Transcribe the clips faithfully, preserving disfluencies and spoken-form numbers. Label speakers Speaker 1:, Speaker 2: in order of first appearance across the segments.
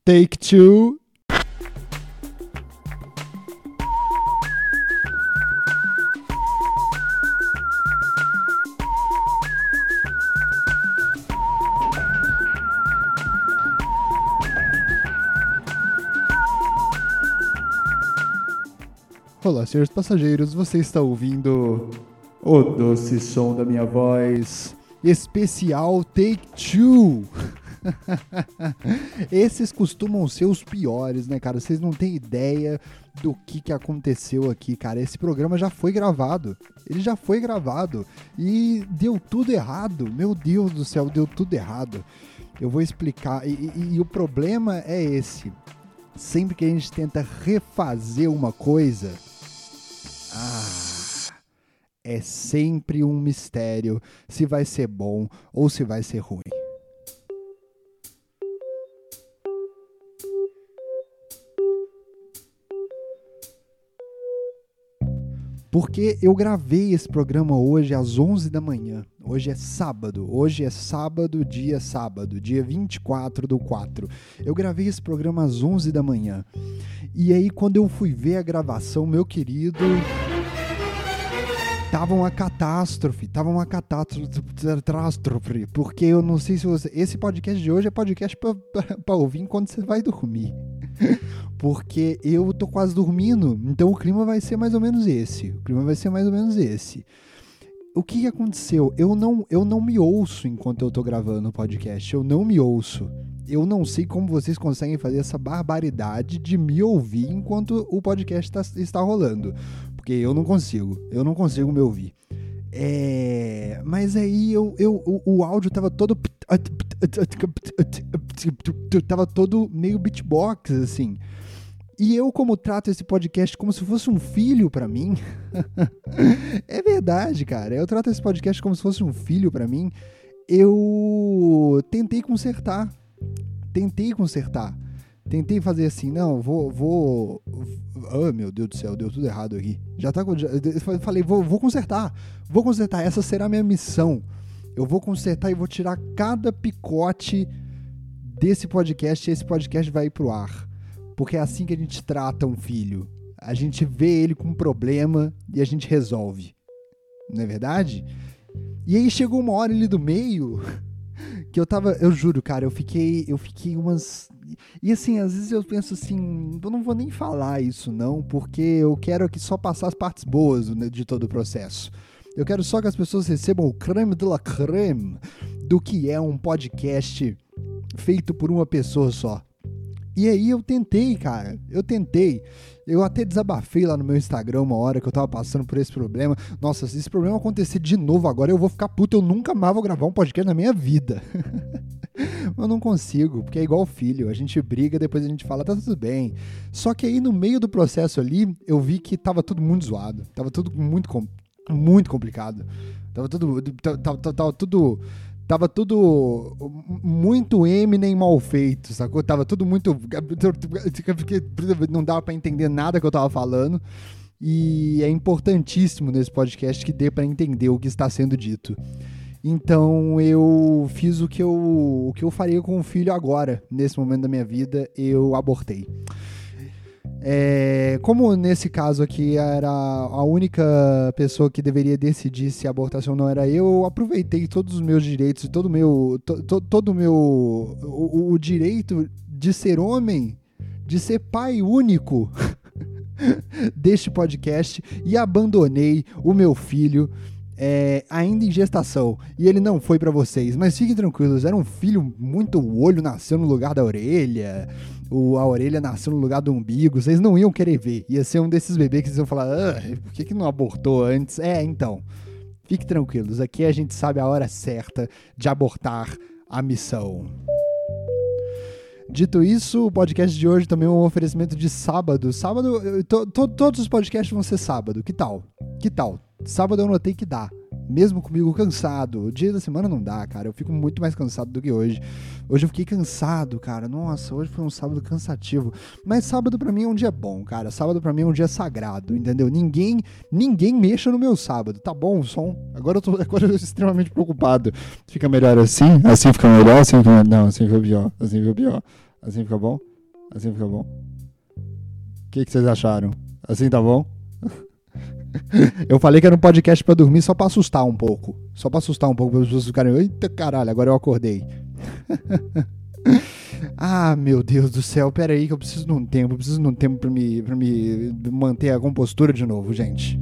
Speaker 1: Take two. Olá, senhores passageiros, você está ouvindo o doce som da minha voz, especial Take Two. Esses costumam ser os piores, né, cara? Vocês não têm ideia do que, que aconteceu aqui, cara. Esse programa já foi gravado. Ele já foi gravado e deu tudo errado. Meu Deus do céu, deu tudo errado. Eu vou explicar. E, e, e o problema é esse. Sempre que a gente tenta refazer uma coisa... Ah, é sempre um mistério se vai ser bom ou se vai ser ruim. Porque eu gravei esse programa hoje às onze da manhã. Hoje é sábado. Hoje é sábado, dia sábado, dia vinte e quatro do quatro. Eu gravei esse programa às onze da manhã. E aí, quando eu fui ver a gravação, meu querido... Tava uma catástrofe, tava uma catástrofe, porque eu não sei se você... Esse podcast de hoje é podcast pra, pra, pra ouvir enquanto você vai dormir. Porque eu tô quase dormindo, então o clima vai ser mais ou menos esse. O clima vai ser mais ou menos esse. O que aconteceu? Eu não, eu não me ouço enquanto eu tô gravando o podcast, eu não me ouço. Eu não sei como vocês conseguem fazer essa barbaridade de me ouvir enquanto o podcast tá, está rolando. Porque eu não consigo, eu não consigo me ouvir. É... Mas aí eu, eu, o, o áudio tava todo... Tava todo meio beatbox, assim. E eu, como trato esse podcast como se fosse um filho pra mim... É verdade, cara. Eu trato esse podcast como se fosse um filho pra mim. Eu tentei consertar. Tentei consertar. Tentei fazer assim, não, vou... vou... Oh, meu Deus do céu, deu tudo errado aqui. Já tá... Já, eu falei, vou, vou consertar. Vou consertar, essa será a minha missão. Eu vou consertar e vou tirar cada picote desse podcast e esse podcast vai ir pro ar. Porque é assim que a gente trata um filho. A gente vê ele com um problema e a gente resolve. Não é verdade? E aí chegou uma hora ali do meio que eu tava... Eu juro, cara, eu fiquei, eu fiquei umas... E assim, às vezes eu penso assim, eu não vou nem falar isso não, porque eu quero aqui só passar as partes boas de todo o processo. Eu quero só que as pessoas recebam o creme de la creme do que é um podcast feito por uma pessoa só. E aí eu tentei, cara, eu tentei. Eu até desabafei lá no meu Instagram uma hora que eu tava passando por esse problema. Nossa, se esse problema acontecer de novo agora, eu vou ficar puto, eu nunca mais vou gravar um podcast na minha vida. Eu não consigo, porque é igual filho, a gente briga, depois a gente fala, tá tudo bem. Só que aí no meio do processo ali, eu vi que tava tudo muito zoado, tava tudo muito, muito complicado, tava tudo, tava, tava, tava tudo, tava tudo muito Eminem mal feito, sacou? Tava tudo muito, não dava pra entender nada que eu tava falando, e é importantíssimo nesse podcast que dê pra entender o que está sendo dito. Então eu fiz o que eu, o que eu faria com o filho agora, nesse momento da minha vida, eu abortei. É, como nesse caso aqui era a única pessoa que deveria decidir se abortação não era eu, eu aproveitei todos os meus direitos, todo o meu, to, to, todo meu, o, o direito de ser homem, de ser pai único deste podcast e abandonei o meu filho. É, ainda em gestação, e ele não foi pra vocês, mas fiquem tranquilos, era um filho muito, o olho nasceu no lugar da orelha, o, a orelha nasceu no lugar do umbigo, vocês não iam querer ver, ia ser um desses bebês que vocês iam falar, ah, por que que não abortou antes? É, então, fiquem tranquilos, aqui a gente sabe a hora certa de abortar a missão. Dito isso, o podcast de hoje também é um oferecimento de sábado. Sábado, to, to, todos os podcasts vão ser sábado. Que tal? Que tal? Sábado eu notei que dá. Mesmo comigo cansado. O dia da semana não dá, cara. Eu fico muito mais cansado do que hoje. Hoje eu fiquei cansado, cara. Nossa, hoje foi um sábado cansativo. Mas sábado pra mim é um dia bom, cara. Sábado pra mim é um dia sagrado, entendeu? Ninguém, ninguém mexa no meu sábado. Tá bom o som? Agora eu tô, agora eu tô extremamente preocupado. Fica melhor assim? Assim fica melhor? Assim fica melhor? Não, assim fica pior. Assim fica pior. Assim fica bom? Assim fica bom? O que, que vocês acharam? Assim tá bom? Eu falei que era um podcast pra dormir só pra assustar um pouco. Só pra assustar um pouco, para as pessoas ficarem, eita caralho, agora eu acordei. Ah, meu Deus do céu, pera aí que eu preciso de um tempo, eu preciso de um tempo pra me, pra me manter a compostura de novo, gente.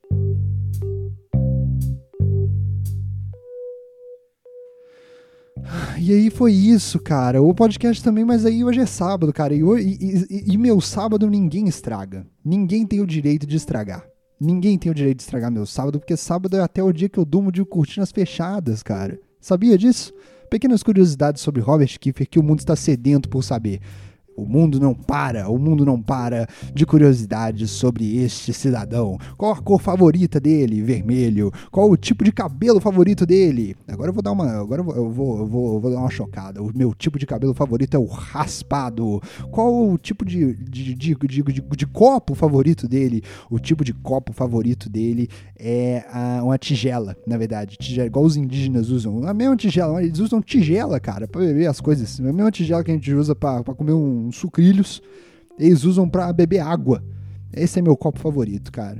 Speaker 1: E aí foi isso, cara. O podcast também, mas aí hoje é sábado, cara. E, e, e, e meu sábado ninguém estraga. Ninguém tem o direito de estragar. Ninguém tem o direito de estragar meu sábado, porque sábado é até o dia que eu durmo de cortinas fechadas, cara. Sabia disso? Pequenas curiosidades sobre Robert Kiefer que o mundo está sedento por saber. O mundo não para, o mundo não para de curiosidades sobre este cidadão. Qual a cor favorita dele? Vermelho. Qual o tipo de cabelo favorito dele? Agora eu vou dar uma, agora eu vou, eu vou, eu vou, eu vou dar uma chocada. O meu tipo de cabelo favorito é o raspado. Qual o tipo de, de, de, de, de, de copo favorito dele? O tipo de copo favorito dele é a, uma tigela, na verdade. Tigela, igual os indígenas usam. A mesma tigela, eles usam tigela, cara, pra beber as coisas. A mesma tigela que a gente usa pra, pra comer um sucrilhos, eles usam pra beber água. Esse é meu copo favorito, cara.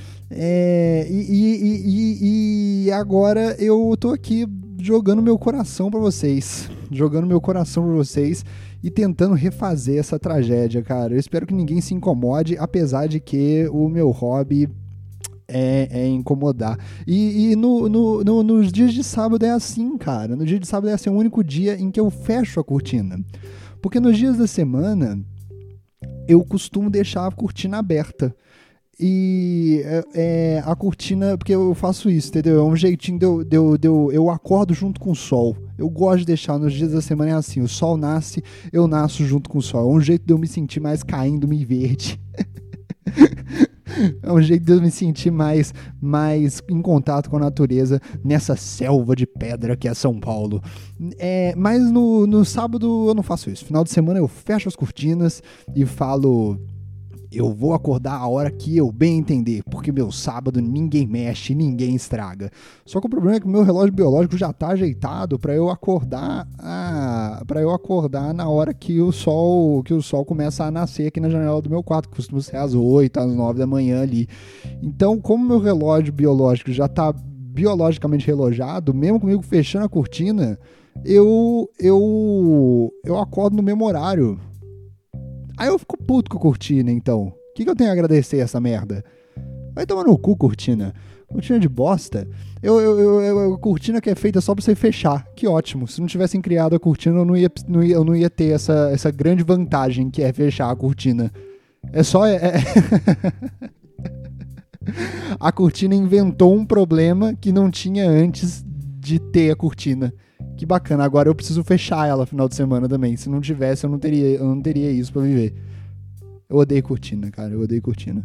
Speaker 1: É, e, e, e, e agora eu tô aqui jogando meu coração pra vocês. Jogando meu coração pra vocês e tentando refazer essa tragédia, cara. Eu espero que ninguém se incomode, apesar de que o meu hobby É, é incomodar. E, e no, no, no, nos dias de sábado é assim, cara. No dia de sábado é assim, é o único dia em que eu fecho a cortina. Porque nos dias da semana eu costumo deixar a cortina aberta. E é, é, a cortina, porque eu faço isso, entendeu? É um jeitinho de eu, de eu, de eu, eu acordo junto com o sol. Eu gosto de deixar nos dias da semana é assim, o sol nasce, eu nasço junto com o sol. É um jeito de eu me sentir mais caindo-me verde. É um jeito de eu me sentir mais, mais em contato com a natureza nessa selva de pedra que é São Paulo. É, mas no, no sábado eu não faço isso. Final de semana eu fecho as cortinas e falo... Eu vou acordar a hora que eu bem entender, porque meu sábado ninguém mexe, ninguém estraga. Só que o problema é que o meu relógio biológico já tá ajeitado para eu acordar, ah, para eu acordar na hora que o sol, que o sol começa a nascer aqui na janela do meu quarto, que costuma ser às oito, às nove da manhã ali. Então, como meu relógio biológico já tá biologicamente relojado, mesmo comigo fechando a cortina, eu eu eu acordo no mesmo horário. Aí eu fico puto com a cortina, então. O que, que eu tenho a agradecer essa merda? Vai tomar no cu, cortina. Cortina de bosta. Eu, eu, eu, eu, a cortina que é feita só pra você fechar. Que ótimo. Se não tivessem criado a cortina, eu não ia, não ia, eu não ia ter essa, essa grande vantagem que é fechar a cortina. É só... É, é... A cortina inventou um problema que não tinha antes de ter a cortina. Que bacana, agora eu preciso fechar ela no final de semana também. Se não tivesse, eu não teria, eu não teria isso pra viver. Eu odeio cortina, cara, eu odeio cortina.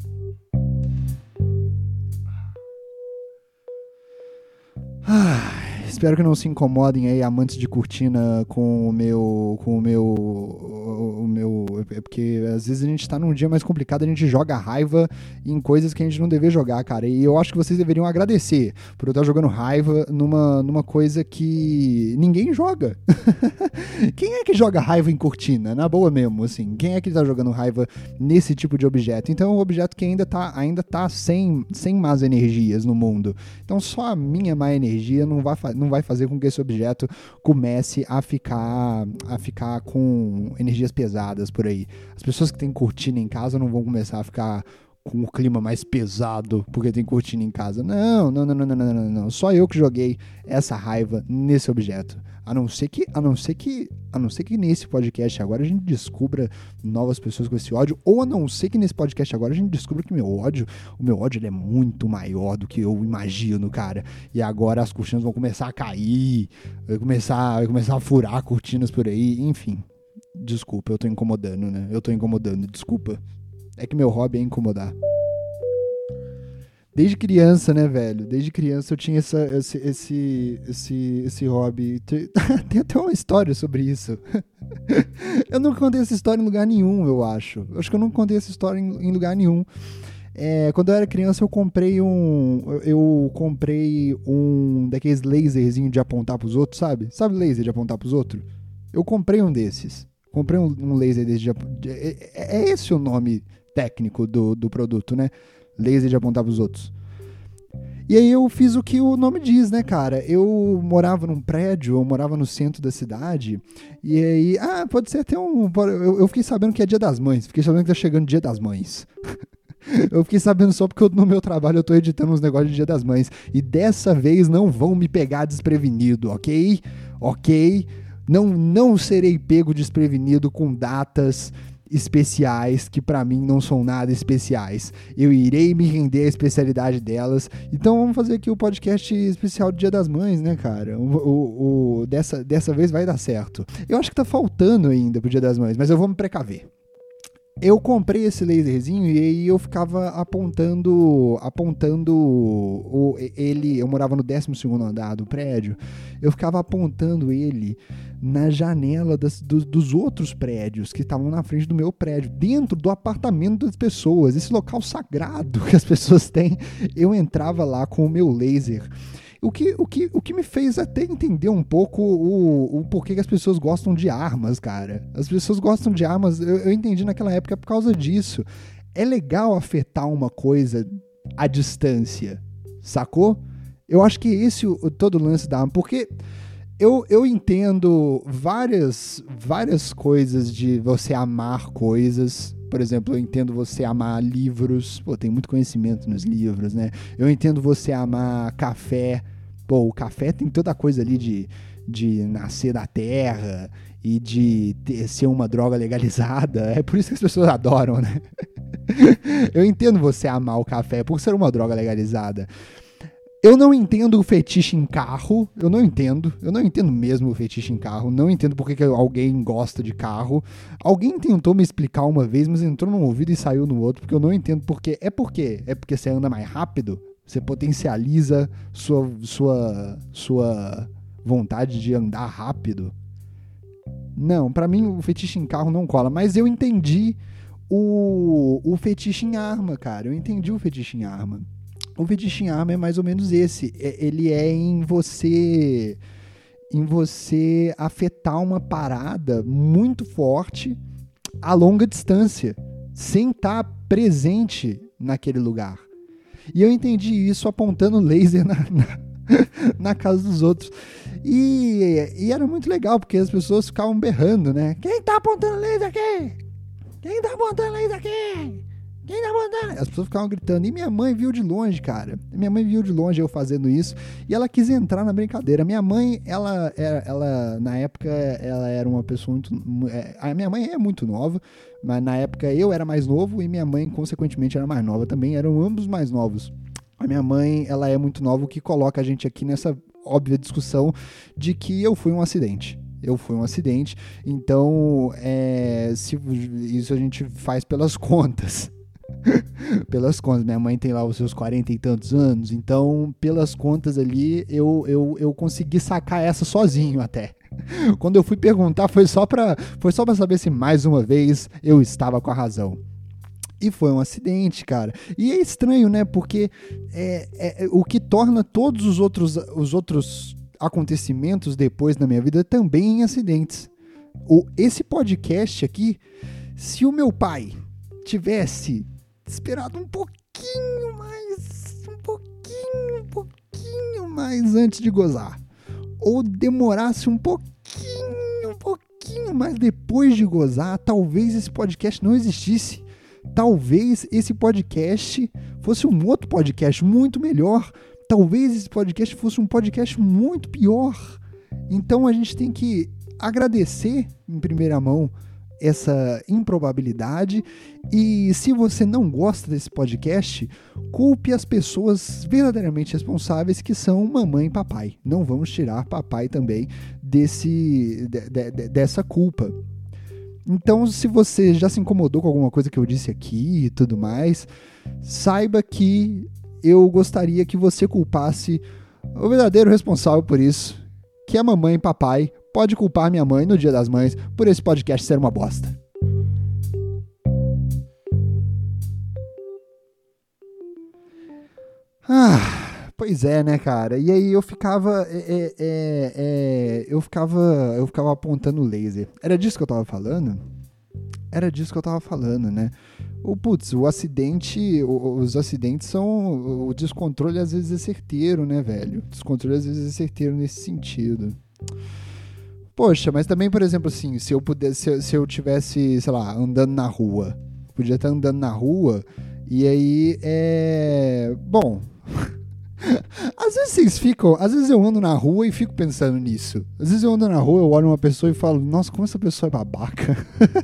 Speaker 1: Ah, espero que não se incomodem aí, amantes de cortina, com o meu... Com o meu... O meu... É porque às vezes a gente tá num dia mais complicado, a gente joga raiva em coisas que a gente não deveria jogar, cara. E eu acho que vocês deveriam agradecer por eu estar jogando raiva numa, numa coisa que ninguém joga. Quem é que joga raiva em cortina? Na boa mesmo, assim. Quem é que tá jogando raiva nesse tipo de objeto? Então é um objeto que ainda tá, ainda tá sem, sem más energias no mundo. Então só a minha má energia não vai, não vai fazer com que esse objeto comece a ficar, a ficar com energias pesadas por aí. As pessoas que têm cortina em casa não vão começar a ficar com o clima mais pesado porque tem cortina em casa. Não, não, não, não, não, não, não, não. Só eu que joguei essa raiva nesse objeto. A não ser que, a não ser que, a não ser que nesse podcast agora a gente descubra novas pessoas com esse ódio, ou a não ser que nesse podcast agora a gente descubra que meu ódio, o meu ódio ele é muito maior do que eu imagino, cara. E agora as cortinas vão começar a cair, vai começar, vai começar a furar cortinas por aí, enfim. Desculpa, eu tô incomodando, né? Eu tô incomodando, desculpa. É que meu hobby é incomodar. Desde criança, né, velho? Desde criança eu tinha essa, esse, esse, esse, esse hobby. Tem até uma história sobre isso. Eu nunca contei essa história em lugar nenhum, eu acho. Eu acho que eu nunca contei essa história em, em lugar nenhum. É, quando eu era criança eu comprei um... Eu comprei um daqueles laserzinhos de apontar pros outros, sabe? Sabe laser de apontar pros outros? Eu comprei um desses. Comprei um, um laser desse de, de, é, é esse o nome técnico do, do produto, né? Laser de apontar pros outros. E aí eu fiz o que o nome diz, né, cara? Eu morava num prédio, eu morava no centro da cidade, e aí, ah, pode ser até um... Eu, eu fiquei sabendo que é Dia das Mães, fiquei sabendo que tá chegando Dia das Mães. Eu fiquei sabendo só porque eu, no meu trabalho eu tô editando uns negócios de Dia das Mães, e dessa vez não vão me pegar desprevenido, ok? Ok? Não, não serei pego desprevenido com datas especiais que pra mim não são nada especiais. Eu irei me render à especialidade delas. Então vamos fazer aqui o podcast especial do Dia das Mães, né, cara? O, o, o, dessa, dessa vez vai dar certo. Eu acho que tá faltando ainda pro Dia das Mães, mas eu vou me precaver. Eu comprei esse laserzinho e aí eu ficava apontando, apontando o, ele, eu morava no décimo segundo andar do prédio, eu ficava apontando ele na janela das, dos, dos outros prédios que estavam na frente do meu prédio, dentro do apartamento das pessoas, esse local sagrado que as pessoas têm. Eu entrava lá com o meu laser. O que, o, que, o que me fez até entender um pouco o, o porquê que as pessoas gostam de armas, cara. As pessoas gostam de armas, eu, eu entendi naquela época por causa disso. É legal afetar uma coisa à distância, sacou? Eu acho que esse o todo o lance da arma, porque eu, eu entendo várias, várias coisas de você amar coisas. Por exemplo, eu entendo você amar livros. Pô, tem muito conhecimento nos livros, né? Eu entendo você amar café. Pô, o café tem toda a coisa ali de, de nascer da terra e de ter, ser uma droga legalizada. É por isso que as pessoas adoram, né? Eu entendo você amar o café por ser uma droga legalizada. Eu não entendo o fetiche em carro, eu não entendo, eu não entendo mesmo o fetiche em carro, não entendo porque que alguém gosta de carro. Alguém tentou me explicar uma vez, mas entrou num ouvido e saiu no outro, porque eu não entendo porque. É por quê? É porque você anda mais rápido? Você potencializa sua, sua, sua vontade de andar rápido? Não, pra mim o fetiche em carro não cola, mas eu entendi o, o fetiche em arma, cara, eu entendi o fetiche em arma. O fetiche em arma é mais ou menos esse. Ele é em você, em você afetar uma parada muito forte a longa distância, sem estar presente naquele lugar. E eu entendi isso apontando laser na, na, na casa dos outros. E, e era muito legal, porque as pessoas ficavam berrando, né? Quem tá apontando laser aqui? Quem tá apontando laser aqui? Quem tá mandando? As pessoas ficavam gritando. E minha mãe viu de longe, cara. Minha mãe viu de longe eu fazendo isso. E ela quis entrar na brincadeira. Minha mãe, ela, ela, ela na época, ela era uma pessoa muito... A minha mãe é muito nova, mas na época eu era mais novo e minha mãe, consequentemente, era mais nova também. Eram ambos mais novos. A minha mãe, ela é muito nova, o que coloca a gente aqui nessa óbvia discussão de que eu fui um acidente. Eu fui um acidente. Então, é, se, isso a gente faz pelas contas. Pelas contas, minha mãe tem lá os seus quarenta e tantos anos, então pelas contas ali eu, eu, eu consegui sacar essa sozinho até. Quando eu fui perguntar foi só pra, foi só pra saber se mais uma vez eu estava com a razão. E foi um acidente, cara. E é estranho, né? Porque é, é, o que torna todos os outros, os outros acontecimentos depois na minha vida também em acidentes. O, esse podcast aqui, se o meu pai tivesse esperado um pouquinho mais, um pouquinho, um pouquinho mais antes de gozar, ou demorasse um pouquinho, um pouquinho mais depois de gozar, talvez esse podcast não existisse. Talvez esse podcast fosse um outro podcast muito melhor. Talvez esse podcast fosse um podcast muito pior. Então a gente tem que agradecer em primeira mão essa improbabilidade, e se você não gosta desse podcast, culpe as pessoas verdadeiramente responsáveis, que são mamãe e papai. Não vamos tirar papai também desse, de, de, dessa culpa. Então, se você já se incomodou com alguma coisa que eu disse aqui e tudo mais, saiba que eu gostaria que você culpasse o verdadeiro responsável por isso, que é mamãe e papai. Pode culpar minha mãe no Dia das Mães por esse podcast ser uma bosta. Ah, Pois é, né, cara? E aí eu ficava, é, é, é, é, eu ficava, eu ficava apontando laser. Era disso que eu tava falando? Era disso que eu tava falando, né? O putz, o acidente, o, os acidentes são, o descontrole às vezes é certeiro, né, velho? O descontrole às vezes é certeiro nesse sentido. Poxa, mas também, por exemplo, assim, se eu pudesse, se eu, se eu tivesse, sei lá, andando na rua, podia estar andando na rua e aí é, bom. Às vezes vocês ficam, às vezes eu ando na rua e fico pensando nisso. Às vezes eu ando na rua, eu olho uma pessoa e falo, nossa, como essa pessoa é babaca.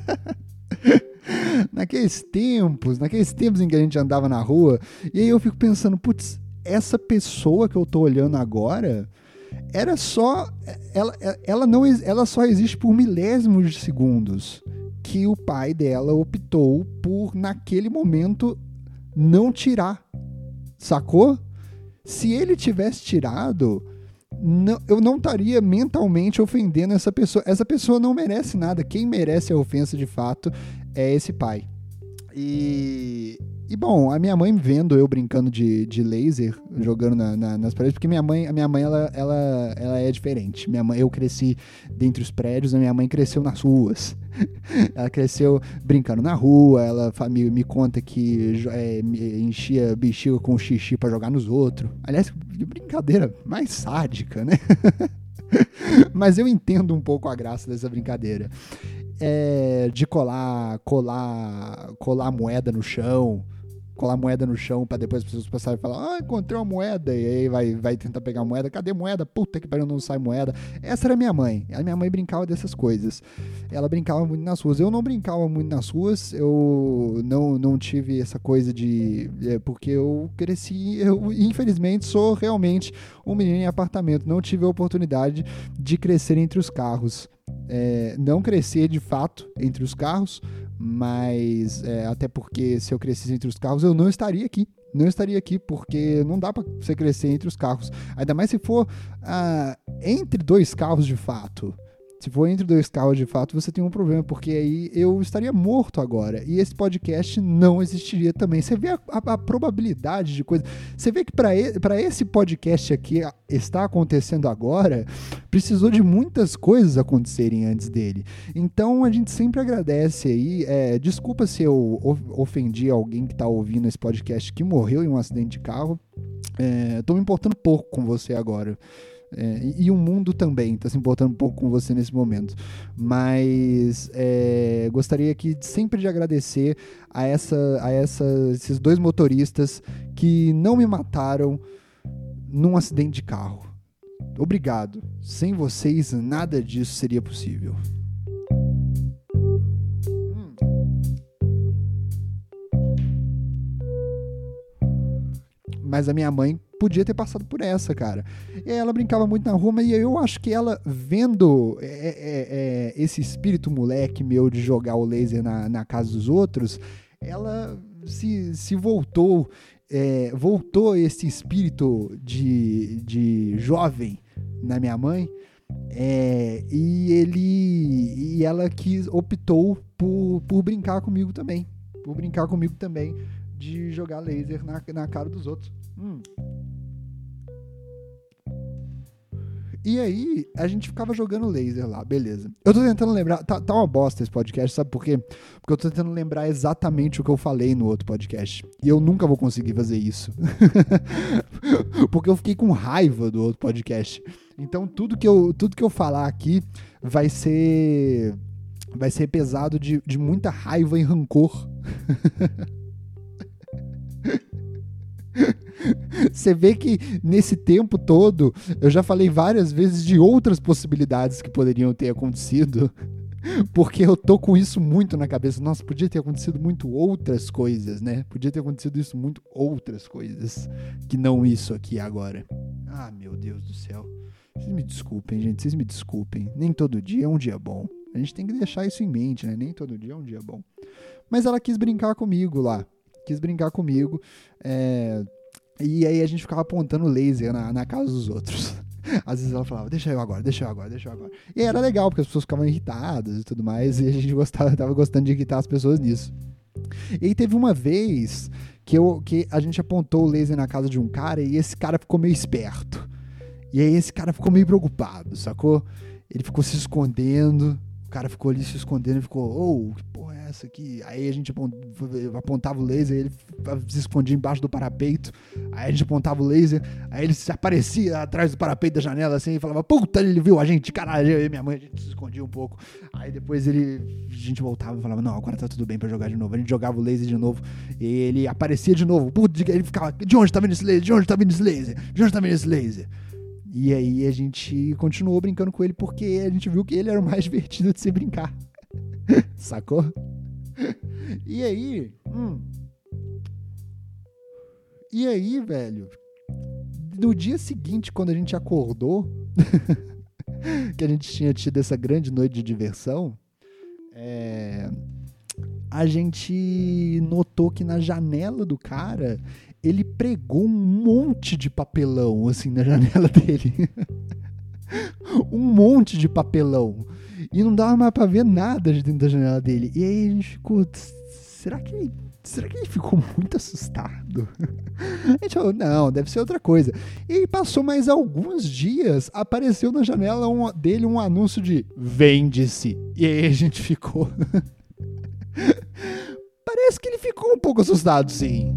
Speaker 1: Naqueles tempos, naqueles tempos em que a gente andava na rua, e aí eu fico pensando, putz, essa pessoa que eu tô olhando agora, era só, ela, ela, não, ela só existe por milésimos de segundos, que o pai dela optou por, naquele momento, não tirar, sacou? Se ele tivesse tirado, não, eu não estaria mentalmente ofendendo essa pessoa. Essa pessoa não merece nada. Quem merece a ofensa de fato é esse pai. E, e bom, a minha mãe vendo eu brincando de, de laser, jogando na, na, nas paredes, porque minha mãe, a minha mãe ela, ela, ela é diferente. Minha mãe, eu cresci dentre os prédios, a minha mãe cresceu nas ruas. Ela cresceu brincando na rua, ela me, me conta que é, enchia bexiga com xixi pra jogar nos outros. Aliás, que brincadeira mais sádica, né? Mas eu entendo um pouco a graça dessa brincadeira. É, de colar, colar, colar moeda no chão, colar moeda no chão pra depois as pessoas passarem e falar, ah, encontrei uma moeda, e aí vai, vai tentar pegar a moeda, cadê a moeda? Puta que pariu, não sai moeda. Essa era minha mãe, a minha mãe brincava dessas coisas, ela brincava muito nas ruas, eu não brincava muito nas ruas, eu não, não tive essa coisa de, é, porque eu cresci, eu infelizmente sou realmente um menino em apartamento, não tive a oportunidade de crescer entre os carros. É, não crescer de fato entre os carros, mas é, até porque se eu crescesse entre os carros eu não estaria aqui, não estaria aqui porque não dá pra você crescer entre os carros, ainda mais se for ah, entre dois carros de fato. Se for entre dois carros de fato, você tem um problema, porque aí eu estaria morto agora. E esse podcast não existiria também. Você vê a, a, a probabilidade de coisa. Você vê que para esse podcast aqui está acontecendo agora, precisou de muitas coisas acontecerem antes dele. Então a gente sempre agradece aí. É, desculpa se eu ofendi alguém que está ouvindo esse podcast que morreu em um acidente de carro. Estou me importando pouco com você agora. É, e, e o mundo também está se importando um pouco com você nesse momento, mas é, gostaria aqui sempre de agradecer a, essa, a essa, esses dois motoristas que não me mataram num acidente de carro. Obrigado, sem vocês nada disso seria possível. Mas a minha mãe podia ter passado por essa, cara. E ela brincava muito na rua, mas eu acho que ela, vendo é, é, é, esse espírito moleque meu de jogar o laser na, na casa dos outros, ela se, se voltou, é, voltou esse espírito de, de jovem na minha mãe, é, e ele e ela quis, optou por, por brincar comigo também, por brincar comigo também, de jogar laser na, na cara dos outros. Hum. E aí, a gente ficava jogando laser lá, beleza. Eu tô tentando lembrar, tá, tá uma bosta esse podcast, sabe por quê? Porque eu tô tentando lembrar exatamente o que eu falei no outro podcast. E eu nunca vou conseguir fazer isso. Porque eu fiquei com raiva do outro podcast. Então, tudo que eu, tudo que eu falar aqui vai ser, vai ser pesado de, de muita raiva e rancor. Você vê que nesse tempo todo eu já falei várias vezes de outras possibilidades que poderiam ter acontecido, porque eu tô com isso muito na cabeça. Nossa, podia ter acontecido muito outras coisas, né? Podia ter acontecido isso muito outras coisas que não isso aqui agora. Ah, meu Deus do céu. Vocês me desculpem, gente, vocês me desculpem. Nem todo dia é um dia bom. A gente tem que deixar isso em mente, né? Nem todo dia é um dia bom. Mas ela quis brincar comigo lá. Quis brincar comigo. É... E aí a gente ficava apontando laser na, na casa dos outros. Às vezes ela falava, deixa eu agora, deixa eu agora, deixa eu agora. E era legal, porque as pessoas ficavam irritadas e tudo mais. E a gente gostava, tava gostando de irritar as pessoas nisso. E aí teve uma vez que, eu, que a gente apontou o laser na casa de um cara e esse cara ficou meio esperto. E aí esse cara ficou meio preocupado, sacou? Ele ficou se escondendo, o cara ficou ali se escondendo e ficou, ô, oh, que porra é essa aqui? Aí a gente apontava o laser, ele se escondia embaixo do parapeito, aí a gente apontava o laser, aí ele se aparecia atrás do parapeito da janela assim e falava, puta, ele viu a gente, caralho, eu e minha mãe, a gente se escondia um pouco. Aí depois ele, a gente voltava e falava, não, agora tá tudo bem pra jogar de novo. A gente jogava o laser de novo e ele aparecia de novo, puta, ele ficava, de onde tá vindo esse laser? De onde tá vindo esse laser? De onde tá vindo esse laser? E aí a gente continuou brincando com ele porque a gente viu que ele era o mais divertido de se brincar. Sacou? E aí... Hum, e aí, velho... No dia seguinte, quando a gente acordou... que a gente tinha tido essa grande noite de diversão... É, a gente notou que na janela do cara... ele pregou um monte de papelão, assim, na janela dele. Um monte de papelão. E não dava mais pra ver nada de dentro da janela dele. E aí a gente ficou... Será que ele, será que ele ficou muito assustado? A gente falou, não, deve ser outra coisa. E aí passou mais alguns dias, apareceu na janela um, dele um anúncio de vende-se. E aí a gente ficou... Parece que ele ficou um pouco assustado, sim.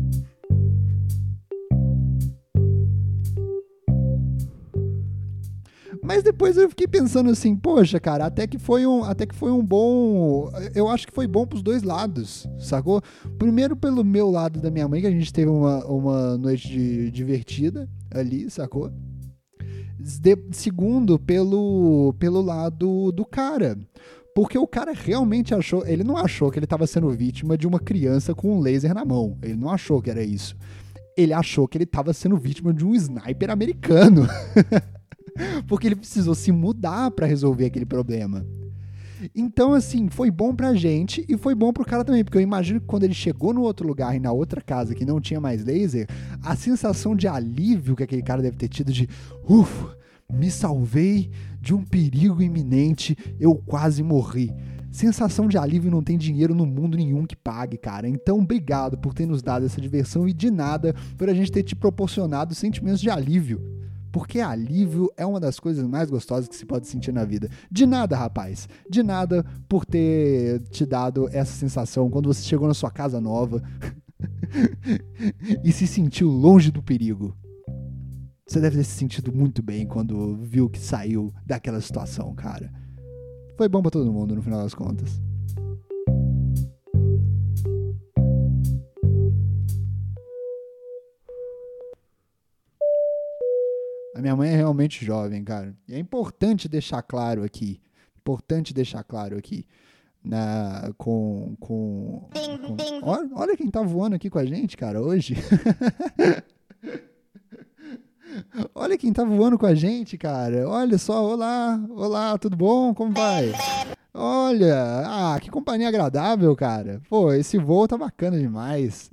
Speaker 1: Mas depois eu fiquei pensando assim, poxa, cara, até que foi um, até que foi um bom... Eu acho que foi bom pros dois lados, sacou? Primeiro pelo meu lado da minha mãe, que a gente teve uma, uma noite de, divertida ali, sacou? De, segundo, pelo, pelo lado do cara. Porque o cara realmente achou... Ele não achou que ele estava sendo vítima de uma criança com um laser na mão. Ele não achou que era isso. Ele achou que ele estava sendo vítima de um sniper americano. Porque ele precisou se mudar pra resolver aquele problema. Então, assim, foi bom pra gente e foi bom pro cara também, porque eu imagino que quando ele chegou no outro lugar e na outra casa que não tinha mais laser, a sensação de alívio que aquele cara deve ter tido de ufa, me salvei de um perigo iminente, eu quase morri. Sensação de alívio não tem dinheiro no mundo nenhum que pague, cara. Então, obrigado por ter nos dado essa diversão e de nada por a gente ter te proporcionado sentimentos de alívio. Porque alívio é uma das coisas mais gostosas que se pode sentir na vida. De nada, rapaz. De nada por ter te dado essa sensação quando você chegou na sua casa nova e se sentiu longe do perigo. Você deve ter se sentido muito bem quando viu que saiu daquela situação, cara. Foi bom pra todo mundo, no final das contas. A minha mãe é realmente jovem, cara. E é importante deixar claro aqui. Importante deixar claro aqui. Na, com, com, com... Olha, olha quem tá voando aqui com a gente, cara, hoje. Olha quem tá voando com a gente, cara. Olha só, olá, olá, tudo bom? Como vai? Olha, ah, que companhia agradável, cara. Pô, esse voo tá bacana demais.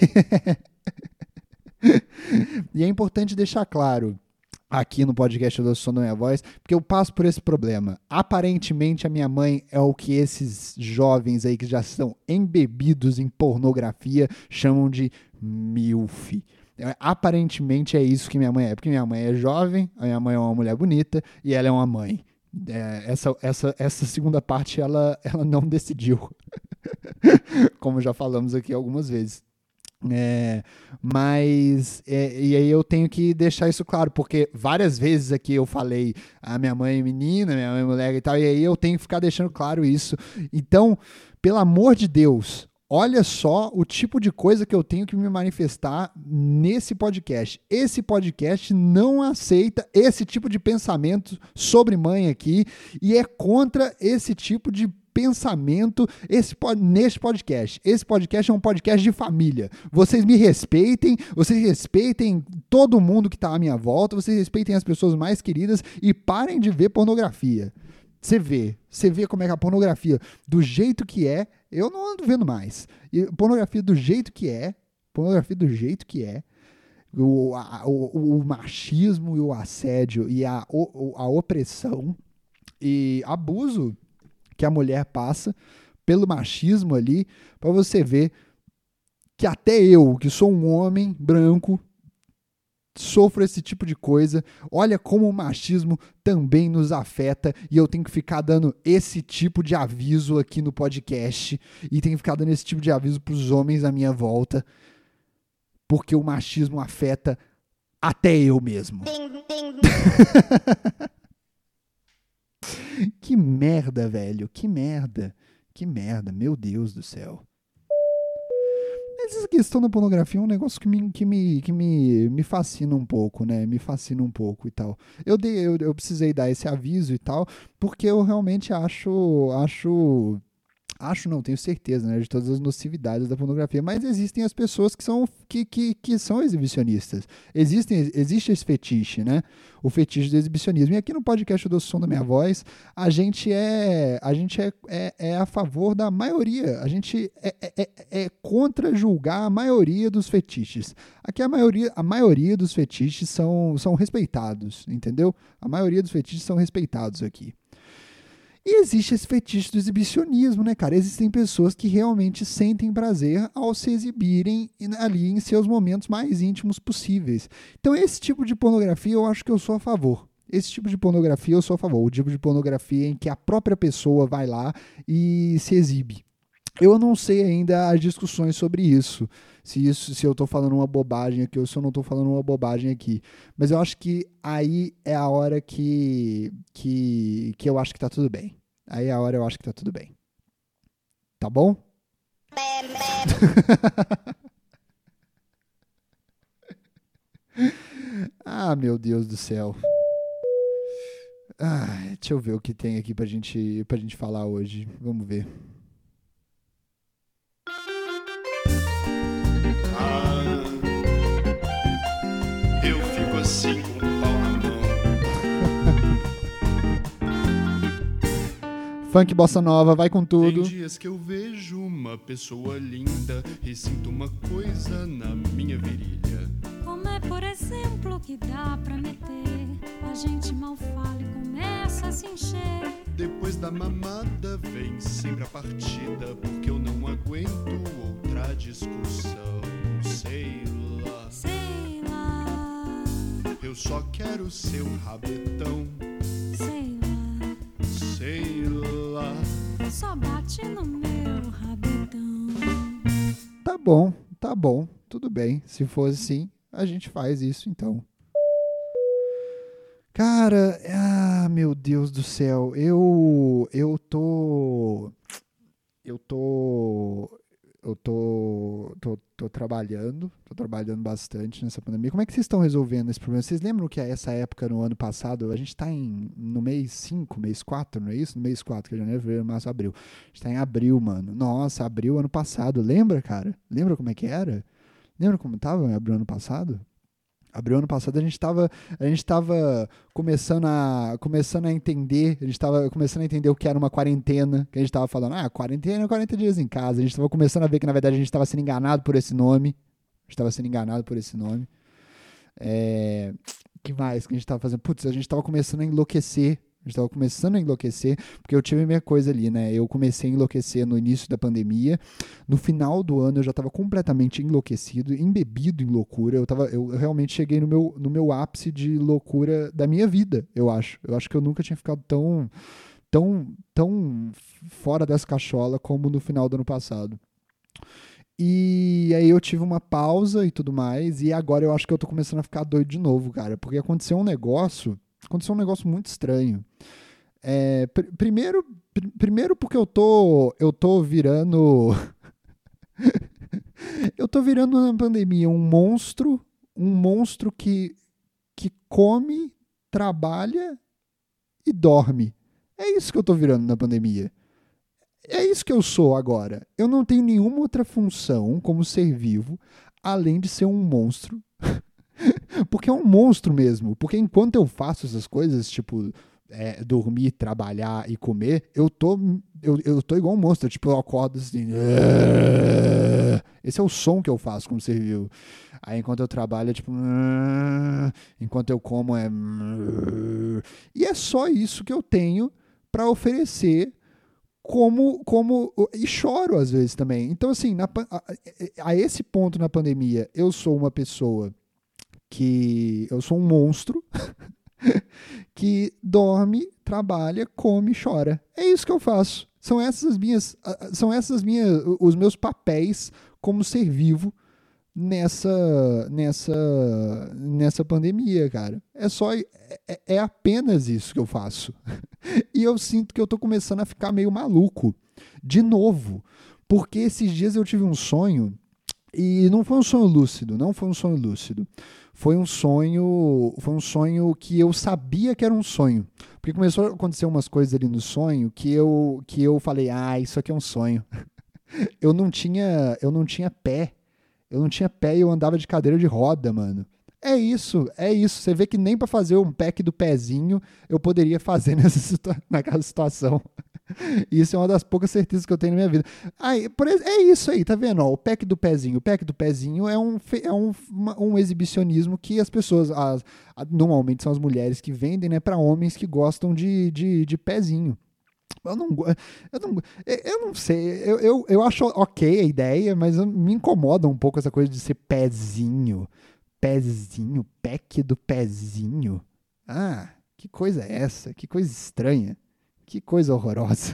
Speaker 1: E é importante deixar claro aqui no podcast do Som da Minha Voz, porque eu passo por esse problema. Aparentemente, a minha mãe é o que esses jovens aí que já estão embebidos em pornografia chamam de milf. Aparentemente é isso que minha mãe é, porque minha mãe é jovem, a minha mãe é uma mulher bonita e ela é uma mãe. É, essa, essa, essa segunda parte ela, ela não decidiu, como já falamos aqui algumas vezes. É, mas é, e aí eu tenho que deixar isso claro, porque várias vezes aqui eu falei a minha mãe é menina, minha mãe é mulher e tal, e aí eu tenho que ficar deixando claro isso. Então, pelo amor de Deus, olha só o tipo de coisa que eu tenho que me manifestar nesse podcast. Esse podcast não aceita esse tipo de pensamento sobre mãe aqui e é contra esse tipo de pensamento esse, neste podcast. Esse podcast é um podcast de família. Vocês me respeitem, vocês respeitem todo mundo que está à minha volta, vocês respeitem as pessoas mais queridas e parem de ver pornografia. Você vê, você vê como é que a pornografia, do jeito que é, eu não ando vendo mais. E pornografia do jeito que é, pornografia do jeito que é, o, a, o, o machismo e o assédio e a, o, a opressão e abuso que a mulher passa pelo machismo ali, pra você ver que até eu, que sou um homem branco, sofro esse tipo de coisa. Olha como o machismo também nos afeta e eu tenho que ficar dando esse tipo de aviso aqui no podcast e tenho que ficar dando esse tipo de aviso pros homens à minha volta, porque o machismo afeta até eu mesmo. Que merda, velho, que merda, que merda, meu Deus do céu. Essa questão da pornografia é um negócio que me, que me, que me, me fascina um pouco, né? Me fascina um pouco e tal. Eu, dei, eu, eu precisei dar esse aviso e tal, porque eu realmente acho, acho, acho não, tenho certeza, né, de todas as nocividades da pornografia, mas existem as pessoas que são, que, que, que são exibicionistas. Existem, existe esse fetiche, né? O fetiche do exibicionismo. E aqui no podcast do Som da Minha Voz, a gente é, a gente é, é, é a favor da maioria. A gente é, é, é contra julgar a maioria dos fetiches. Aqui a maioria, a maioria dos fetiches são, são respeitados, entendeu? A maioria dos fetiches são respeitados aqui. E existe esse fetiche do exibicionismo, né, cara? Existem pessoas que realmente sentem prazer ao se exibirem ali em seus momentos mais íntimos possíveis. Então, esse tipo de pornografia eu acho que eu sou a favor. Esse tipo de pornografia eu sou a favor. O tipo de pornografia em que a própria pessoa vai lá e se exibe. Eu não sei ainda as discussões sobre isso. Se, isso, se eu estou falando uma bobagem aqui ou se eu não estou falando uma bobagem aqui. Mas eu acho que aí é a hora que, que, que eu acho que tá tudo bem. Aí é a hora eu acho que tá tudo bem. Tá bom? Ah, meu Deus do céu. Ah, deixa eu ver o que tem aqui pra gente, pra gente falar hoje. Vamos ver.
Speaker 2: Ah, eu fico assim com o pau na mão.
Speaker 1: Funk Bossa Nova, vai com tudo.
Speaker 2: Tem dias que eu vejo uma pessoa linda e sinto uma coisa na minha virilha.
Speaker 3: Como é, por exemplo, que dá pra meter? A gente mal fala e começa a se encher.
Speaker 2: Depois da mamada vem sempre a partida, porque eu não aguento outra discussão. Sei lá,
Speaker 3: Sei lá,
Speaker 2: eu só quero seu rabetão.
Speaker 3: sei lá,
Speaker 2: Sei lá.
Speaker 3: só bate no meu rabetão.
Speaker 1: Tá bom, tá bom, tudo bem. Se for assim, a gente faz isso então. Cara, ah, meu Deus do céu, eu, eu tô, eu tô, eu tô, tô, tô trabalhando, tô trabalhando bastante nessa pandemia. Como é que vocês estão resolvendo esse problema? Vocês lembram que essa época no ano passado, a gente tá em, no mês cinco, mês quatro, não é isso? No mês quatro, que é janeiro, fevereiro, março, abril. A gente tá em abril, mano. Nossa, abril ano passado, lembra, cara? Lembra como é que era? Lembra como tava em abril ano passado? Abril ano passado a gente estava a gente tava começando a começando a entender, a gente estava começando a entender o que era uma quarentena, que a gente estava falando, ah, quarentena, quarenta dias em casa. A gente estava começando a ver que na verdade a gente estava sendo enganado por esse nome. A gente estava sendo enganado por esse nome. É, que mais que a gente estava fazendo? Putz, a gente estava começando a enlouquecer. A gente estava começando a enlouquecer, porque eu tive a minha coisa ali, né? Eu comecei a enlouquecer no início da pandemia. No final do ano eu já estava completamente enlouquecido, embebido em loucura. Eu, tava, eu realmente cheguei no meu, no meu ápice de loucura da minha vida, eu acho. Eu acho que eu nunca tinha ficado tão, tão, tão fora dessa cachola como no final do ano passado. E aí eu tive uma pausa e tudo mais, e agora eu acho que eu tô começando a ficar doido de novo, cara, porque aconteceu um negócio... Aconteceu um negócio muito estranho. É, pr- primeiro, pr- primeiro porque eu tô, eu tô virando... eu tô virando na pandemia um monstro, um monstro que, que come, trabalha e dorme. É isso que eu tô virando na pandemia. É isso que eu sou agora. Eu não tenho nenhuma outra função como ser vivo, além de ser um monstro. Porque é um monstro mesmo. Porque enquanto eu faço essas coisas, tipo, é, dormir, trabalhar e comer, eu tô, eu, eu tô igual um monstro. Tipo, eu acordo assim. Esse é o som que eu faço como ser vivo. Aí enquanto eu trabalho é tipo. Enquanto eu como é. E é só isso que eu tenho pra oferecer como, como e choro às vezes também. Então, assim, na, a, a esse ponto na pandemia, eu sou uma pessoa que eu sou um monstro que dorme, trabalha, come e chora. É isso que eu faço. São essas as minhas, são essas minhas, os meus papéis como ser vivo nessa, nessa, nessa pandemia, cara. É só, é, é apenas isso que eu faço. E eu sinto que eu tô começando a ficar meio maluco, de novo, porque esses dias eu tive um sonho, e não foi um sonho lúcido, não foi um sonho lúcido. Foi um sonho, foi um sonho que eu sabia que era um sonho. Porque começou a acontecer umas coisas ali no sonho que eu, que eu falei, ah, isso aqui é um sonho. Eu não tinha, eu não tinha pé. Eu não tinha pé e eu andava de cadeira de roda, mano. É isso, é isso. Você vê que nem pra fazer um pack do pezinho eu poderia fazer nessa situa- naquela situação. Isso é uma das poucas certezas que eu tenho na minha vida. Aí, por ex- é isso aí, tá vendo? Ó, o pack do pezinho. O pack do pezinho é um, fe- é um, uma- um exibicionismo que as pessoas, as, a- normalmente são as mulheres que vendem, né, pra homens que gostam de, de, de pezinho. Eu não, go- eu não, eu não sei, eu, eu, eu acho ok a ideia, mas me incomoda um pouco essa coisa de ser pezinho. Pezinho, pack do pezinho. Ah, que coisa é essa? Que coisa estranha. Que coisa horrorosa.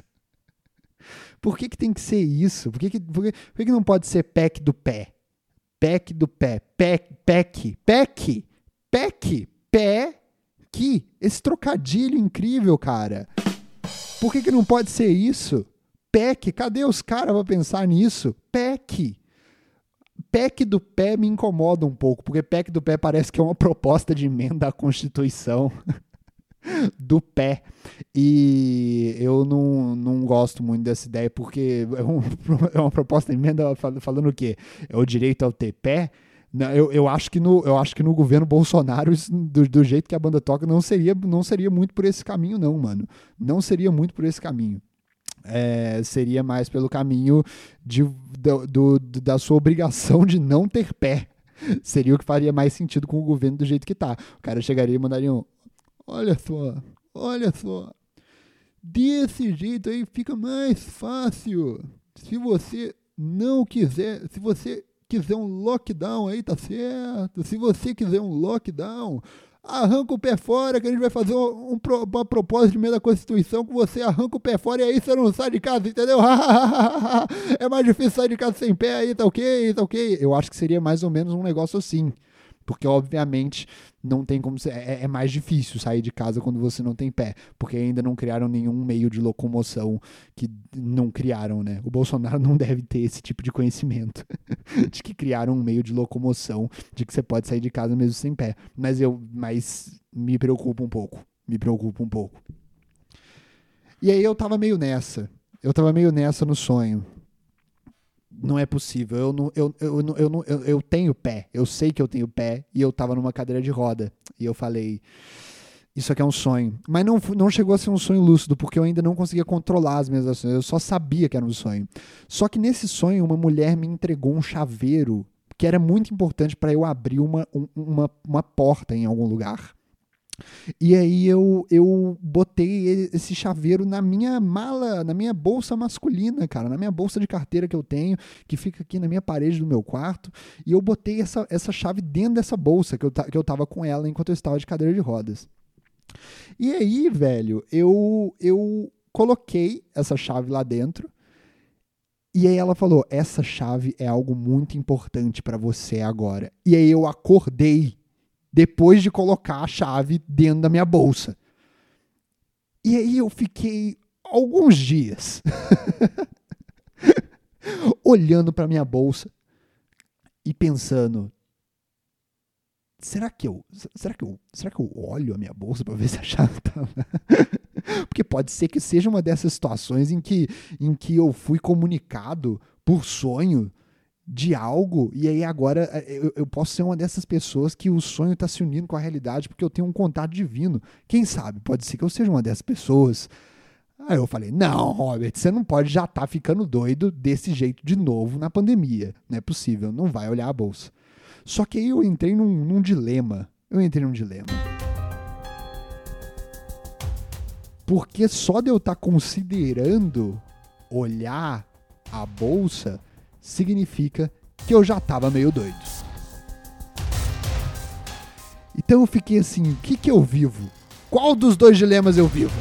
Speaker 1: Por que que tem que ser isso? Por que que, por que, por que que não pode ser pack do pé? Pack do pé. Pack, pack, pack, pack, pé, que. Esse trocadilho incrível, cara. Por que que não pode ser isso? Pack, cadê os caras pra pensar nisso? Pack. Pack do pé me incomoda um pouco, porque pack do pé parece que é uma proposta de emenda à Constituição do pé. E eu não, não gosto muito dessa ideia, porque é, um, é uma proposta de emenda falando o quê? É o direito ao ter pé? Não, eu, eu, acho que no, eu acho que no governo Bolsonaro, isso, do, do jeito que a banda toca, não seria, não seria muito por esse caminho, não, mano. Não seria muito por esse caminho. É, seria mais pelo caminho de, do, do, da sua obrigação de não ter pé. Seria o que faria mais sentido com o governo do jeito que tá. O cara chegaria e mandaria um: olha só, olha só, desse jeito aí fica mais fácil. Se você não quiser, se você quiser um lockdown aí, tá certo. Se você quiser um lockdown, arranca o pé fora, que a gente vai fazer um, um, uma proposta de meio da Constituição que você arranca o pé fora e aí você não sai de casa, entendeu? É mais difícil sair de casa sem pé aí, tá ok, tá ok. Eu acho que seria mais ou menos um negócio assim. Porque, obviamente, não tem como ser, é, é mais difícil sair de casa quando você não tem pé. Porque ainda não criaram nenhum meio de locomoção que não criaram, né? O Bolsonaro não deve ter esse tipo de conhecimento de que criaram um meio de locomoção de que você pode sair de casa mesmo sem pé. Mas eu, mas me preocupa um pouco. Me preocupa um pouco. E aí eu tava meio nessa. Eu tava meio nessa no sonho. Não é possível, eu, não, eu, eu, eu, eu, eu, eu tenho pé, eu sei que eu tenho pé, e eu tava numa cadeira de roda, e eu falei, isso aqui é um sonho, mas não, não chegou a ser um sonho lúcido, porque eu ainda não conseguia controlar as minhas ações, eu só sabia que era um sonho. Só que nesse sonho, uma mulher me entregou um chaveiro, que era muito importante para eu abrir uma, uma, uma porta em algum lugar. E aí eu, eu botei esse chaveiro na minha mala, na minha bolsa masculina, cara, na minha bolsa de carteira que eu tenho, que fica aqui na minha parede do meu quarto, e eu botei essa, essa chave dentro dessa bolsa que eu, que eu tava com ela enquanto eu estava de cadeira de rodas. E aí, velho, eu, eu coloquei essa chave lá dentro, e aí ela falou, essa chave é algo muito importante pra você agora. E aí eu acordei depois de colocar a chave dentro da minha bolsa. E aí eu fiquei alguns dias olhando para minha bolsa e pensando, será que eu, será que eu, será que eu olho a minha bolsa para ver se a chave tá lá? Porque pode ser que seja uma dessas situações em que, em que eu fui comunicado por sonho de algo, e aí agora eu, eu posso ser uma dessas pessoas que o sonho está se unindo com a realidade porque eu tenho um contato divino. Quem sabe? Pode ser que eu seja uma dessas pessoas. Aí eu falei, não, Robert, você não pode já estar tá ficando doido desse jeito de novo na pandemia. Não é possível, não vai olhar a bolsa. Só que aí eu entrei num, num dilema. Eu entrei num dilema. Porque só de eu estar tá considerando olhar a bolsa significa que eu já tava meio doido. Então eu fiquei assim, o que que eu vivo? Qual dos dois dilemas eu vivo?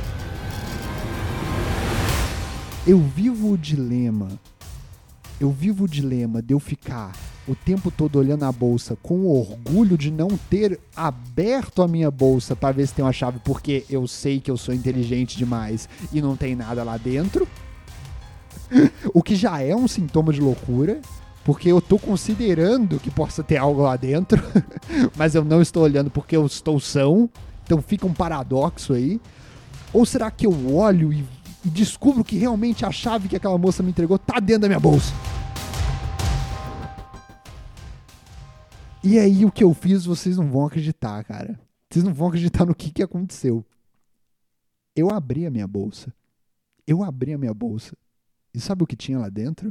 Speaker 1: Eu vivo o dilema, eu vivo o dilema de eu ficar o tempo todo olhando a bolsa com orgulho de não ter aberto a minha bolsa para ver se tem uma chave, porque eu sei que eu sou inteligente demais e não tem nada lá dentro. O que já é um sintoma de loucura, porque eu tô considerando que possa ter algo lá dentro, mas eu não estou olhando porque eu estou são, então fica um paradoxo aí. Ou será que eu olho e, e descubro que realmente a chave que aquela moça me entregou tá dentro da minha bolsa? E aí o que eu fiz, vocês não vão acreditar, cara. Vocês não vão acreditar no que, que aconteceu. Eu abri a minha bolsa. Eu abri a minha bolsa. E sabe o que tinha lá dentro?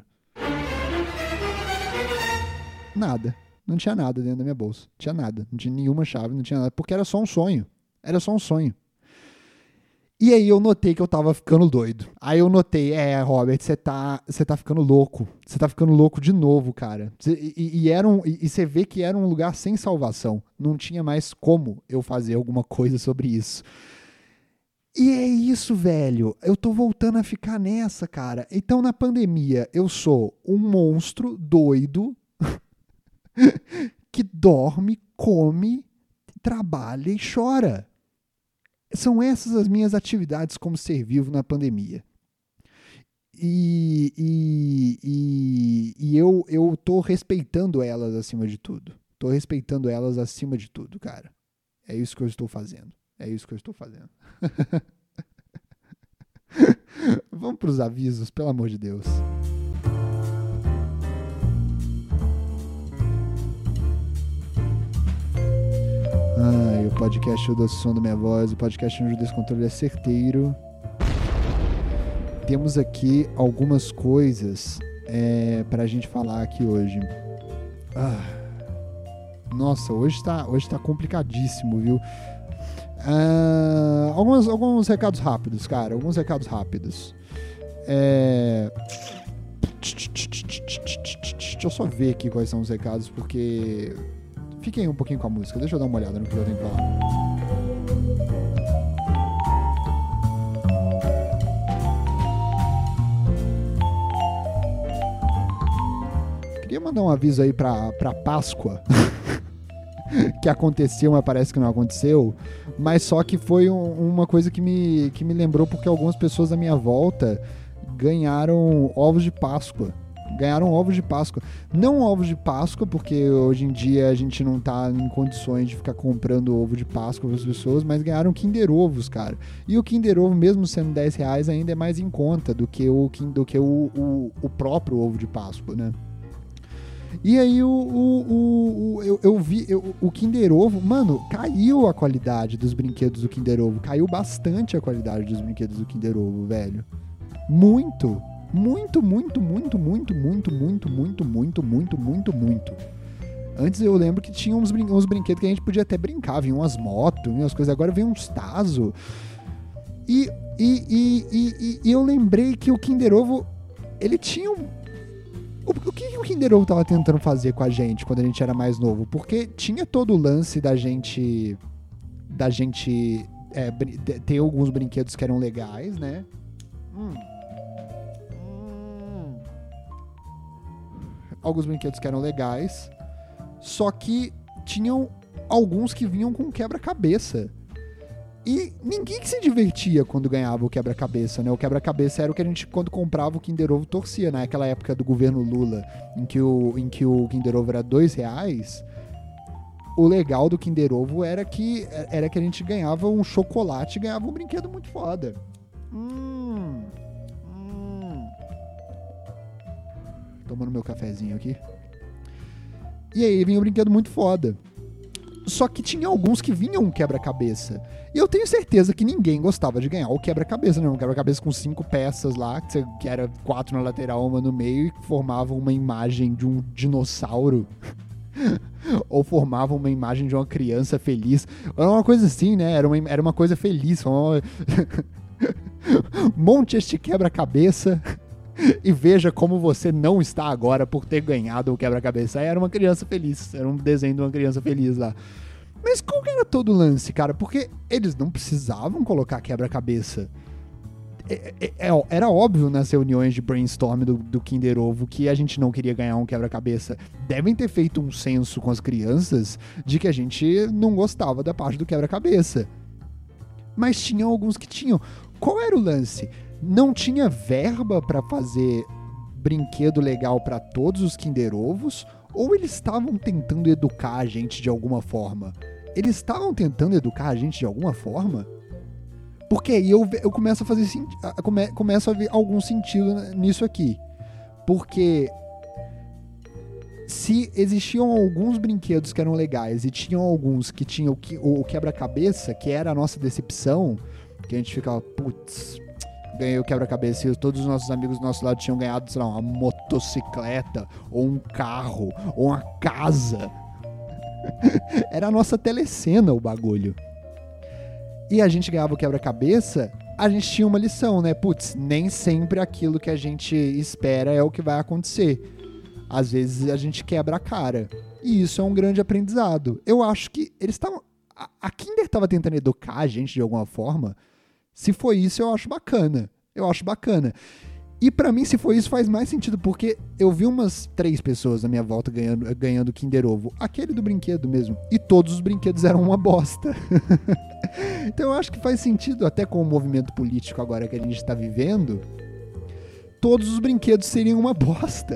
Speaker 1: Nada. Não tinha nada dentro da minha bolsa. Não tinha nada. Não tinha nenhuma chave, não tinha nada. Porque era só um sonho. Era só um sonho. E aí eu notei que eu tava ficando doido. Aí eu notei, é, Robert, você tá, você tá ficando louco. Você tá ficando louco de novo, cara. E, e, e, era um, e, e você vê que era um lugar sem salvação. Não tinha mais como eu fazer alguma coisa sobre isso. E é isso, velho. Eu tô voltando a ficar nessa, cara. Então, na pandemia, eu sou um monstro doido que dorme, come, trabalha e chora. São essas as minhas atividades como ser vivo na pandemia. E, e, e, e eu, eu tô respeitando elas acima de tudo. Tô respeitando elas acima de tudo, cara. É isso que eu estou fazendo. É isso que eu estou fazendo. Vamos pros avisos, pelo amor de Deus. Ai, o podcast O Doce Som da Minha Voz, o podcast onde o descontrole é certeiro. Temos aqui algumas coisas é, pra gente falar aqui hoje. Ah, nossa, hoje tá, hoje tá complicadíssimo, viu? Ah, alguns, alguns recados rápidos, cara. Alguns recados rápidos. É... Deixa eu só ver aqui quais são os recados, porque... Fiquem um pouquinho com a música. Deixa eu dar uma olhada no que eu tenho que falar. Queria mandar um aviso aí pra, pra Páscoa. Que aconteceu, mas parece que não aconteceu. Mas só que foi um, uma coisa que me, que me lembrou, porque algumas pessoas à minha volta ganharam ovos de Páscoa. Ganharam ovos de Páscoa. Não ovos de Páscoa, porque hoje em dia a gente não tá em condições de ficar comprando ovo de Páscoa para as pessoas, mas ganharam Kinder Ovos, cara. E o Kinder Ovo, mesmo sendo dez reais, ainda é mais em conta do que o, do que o, o, o próprio ovo de Páscoa, né? E aí o, o, o, o, eu, eu vi eu, o Kinder Ovo, mano, caiu a qualidade dos brinquedos do Kinder Ovo. Caiu bastante a qualidade dos brinquedos do Kinder Ovo, velho. Muito. Muito, muito, muito, muito, muito, muito, muito, muito, muito, muito, muito. Antes eu lembro que tinha uns, brin- uns brinquedos que a gente podia até brincar. Vinham umas motos, vinham umas coisas. Agora vem uns Tazo. E, e, e, e, e eu lembrei que o Kinder Ovo, ele tinha um... O, o que o Kinder Ovo tava tentando fazer com a gente quando a gente era mais novo? Porque tinha todo o lance da gente... Da gente é, br- ter alguns brinquedos que eram legais, né? Hum... Alguns brinquedos que eram legais, só que tinham alguns que vinham com quebra-cabeça. E ninguém que se divertia quando ganhava o quebra-cabeça, né? O quebra-cabeça era o que a gente, quando comprava o Kinder Ovo, torcia, né? Naquela época do governo Lula, em que o, em que o Kinder Ovo era dois reais. O legal do Kinder Ovo era que, era que a gente ganhava um chocolate e ganhava um brinquedo muito foda. Hum... Tomando meu cafezinho aqui. E aí vinha um brinquedo muito foda. Só que tinha alguns que vinham um quebra-cabeça. E eu tenho certeza que ninguém gostava de ganhar o quebra-cabeça, né? Um quebra-cabeça com cinco peças lá, que, você, que era quatro na lateral, uma no meio, e que formavam uma imagem de um dinossauro. Ou formavam uma imagem de uma criança feliz. Era uma coisa assim, né? Era uma, era uma coisa feliz. Uma... Monte este quebra-cabeça. E veja como você não está agora por ter ganhado o quebra-cabeça. Aí era uma criança feliz, era um desenho de uma criança feliz lá. Mas qual que era todo o lance, cara? Porque eles não precisavam colocar quebra-cabeça. É, é, é, era óbvio nas reuniões de brainstorm do, do Kinder Ovo que a gente não queria ganhar um quebra-cabeça. Devem ter feito um censo com as crianças de que a gente não gostava da parte do quebra-cabeça. Mas tinham alguns que tinham. Qual era o lance? Não tinha verba para fazer brinquedo legal para todos os Kinder Ovos? Ou eles estavam tentando educar a gente de alguma forma? Eles estavam tentando educar a gente de alguma forma? Porque aí eu, eu começo a fazer come, começo a ver algum sentido nisso aqui. Porque se existiam alguns brinquedos que eram legais e tinham alguns que tinham o, o quebra-cabeça, que era a nossa decepção, que a gente ficava, putz, ganhei o quebra-cabeça e todos os nossos amigos do nosso lado tinham ganhado, sei lá, uma motocicleta, ou um carro, ou uma casa. Era a nossa telecena o bagulho. E a gente ganhava o quebra-cabeça, a gente tinha uma lição, né? Putz, nem sempre aquilo que a gente espera é o que vai acontecer. Às vezes a gente quebra a cara. E isso é um grande aprendizado. Eu acho que eles estavam... A Kinder estava tentando educar a gente de alguma forma. Se foi isso, eu acho bacana. Eu acho bacana. E pra mim, se foi isso, faz mais sentido, porque eu vi umas três pessoas na minha volta ganhando, ganhando Kinder Ovo. Aquele do brinquedo mesmo. E todos os brinquedos eram uma bosta. Então eu acho que faz sentido, até com o movimento político agora que a gente tá vivendo, todos os brinquedos seriam uma bosta.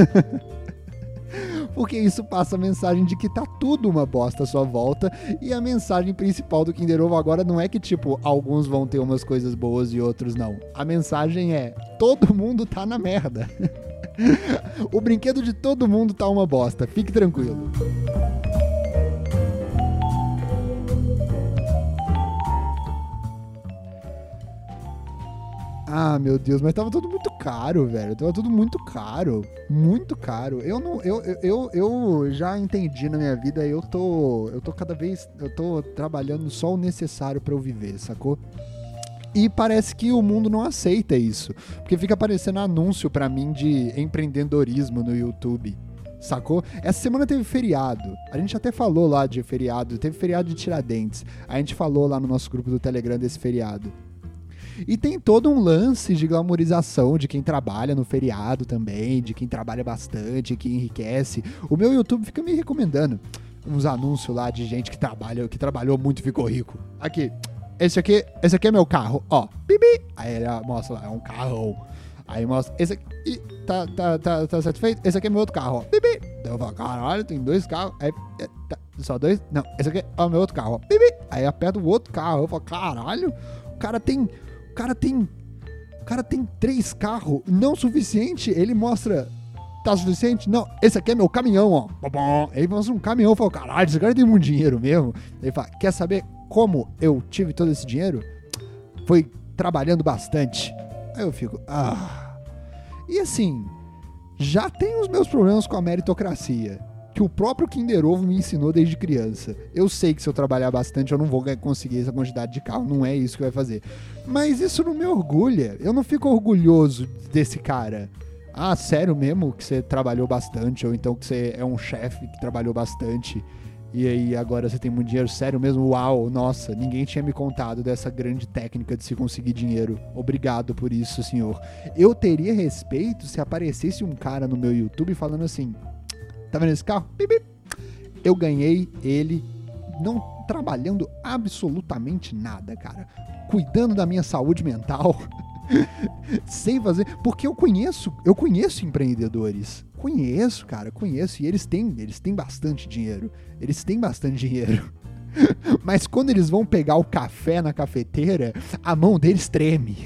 Speaker 1: Porque isso passa a mensagem de que tá tudo uma bosta à sua volta. E a mensagem principal do Kinder Ovo agora não é que, tipo, alguns vão ter umas coisas boas e outros não. A mensagem é, todo mundo tá na merda. O brinquedo de todo mundo tá uma bosta, fique tranquilo. Ah, meu Deus, mas tava tudo muito caro, velho. Tava tudo muito caro. Muito caro. Eu não. Eu, eu, eu já entendi na minha vida, eu tô. Eu tô cada vez. Eu tô trabalhando só o necessário pra eu viver, sacou? E parece que o mundo não aceita isso. Porque fica aparecendo anúncio pra mim de empreendedorismo no YouTube. Sacou? Essa semana teve feriado. A gente até falou lá de feriado. Teve feriado de Tiradentes. A gente falou lá no nosso grupo do Telegram desse feriado. E tem todo um lance de glamorização de quem trabalha no feriado também, de quem trabalha bastante, que enriquece. O meu YouTube fica me recomendando uns anúncios lá de gente que trabalha, que trabalhou muito e ficou rico. Aqui, esse aqui, esse aqui é meu carro, ó, bibi. Aí ela mostra lá, é um carrão. Aí mostra, esse aqui, ih, tá, tá, tá, tá satisfeito? Esse aqui é meu outro carro, ó, bibi. Daí eu falo, caralho, tem dois carros. Aí, tá, só dois? Não, esse aqui é o meu outro carro, ó, bibi. Aí aperta o outro carro, eu falo, caralho, o cara tem... O cara tem, o cara tem três carros, não suficiente, ele mostra, tá suficiente? Não, esse aqui é meu caminhão, ó. Ele mostra um caminhão, eu falo, caralho, esse cara tem muito dinheiro mesmo. Ele fala, quer saber como eu tive todo esse dinheiro? Foi trabalhando bastante. Aí eu fico, ah... E assim, já tenho os meus problemas com a meritocracia, que o próprio Kinder Ovo me ensinou desde criança. Eu sei que se eu trabalhar bastante eu não vou conseguir essa quantidade de carro, não é isso que vai fazer. Mas isso não me orgulha, eu não fico orgulhoso desse cara. Ah, sério mesmo que você trabalhou bastante, ou então que você é um chefe que trabalhou bastante, e aí agora você tem muito dinheiro, sério mesmo? Uau, nossa, ninguém tinha me contado dessa grande técnica de se conseguir dinheiro. Obrigado por isso, senhor. Eu teria respeito se aparecesse um cara no meu YouTube falando assim... Tá vendo esse carro? Bibi. Eu ganhei ele não trabalhando absolutamente nada, cara. Cuidando da minha saúde mental. Sem fazer... Porque eu conheço, eu conheço empreendedores. Conheço, cara, conheço. E eles têm, eles têm bastante dinheiro. Eles têm bastante dinheiro. Mas quando eles vão pegar o café na cafeteira, a mão deles treme.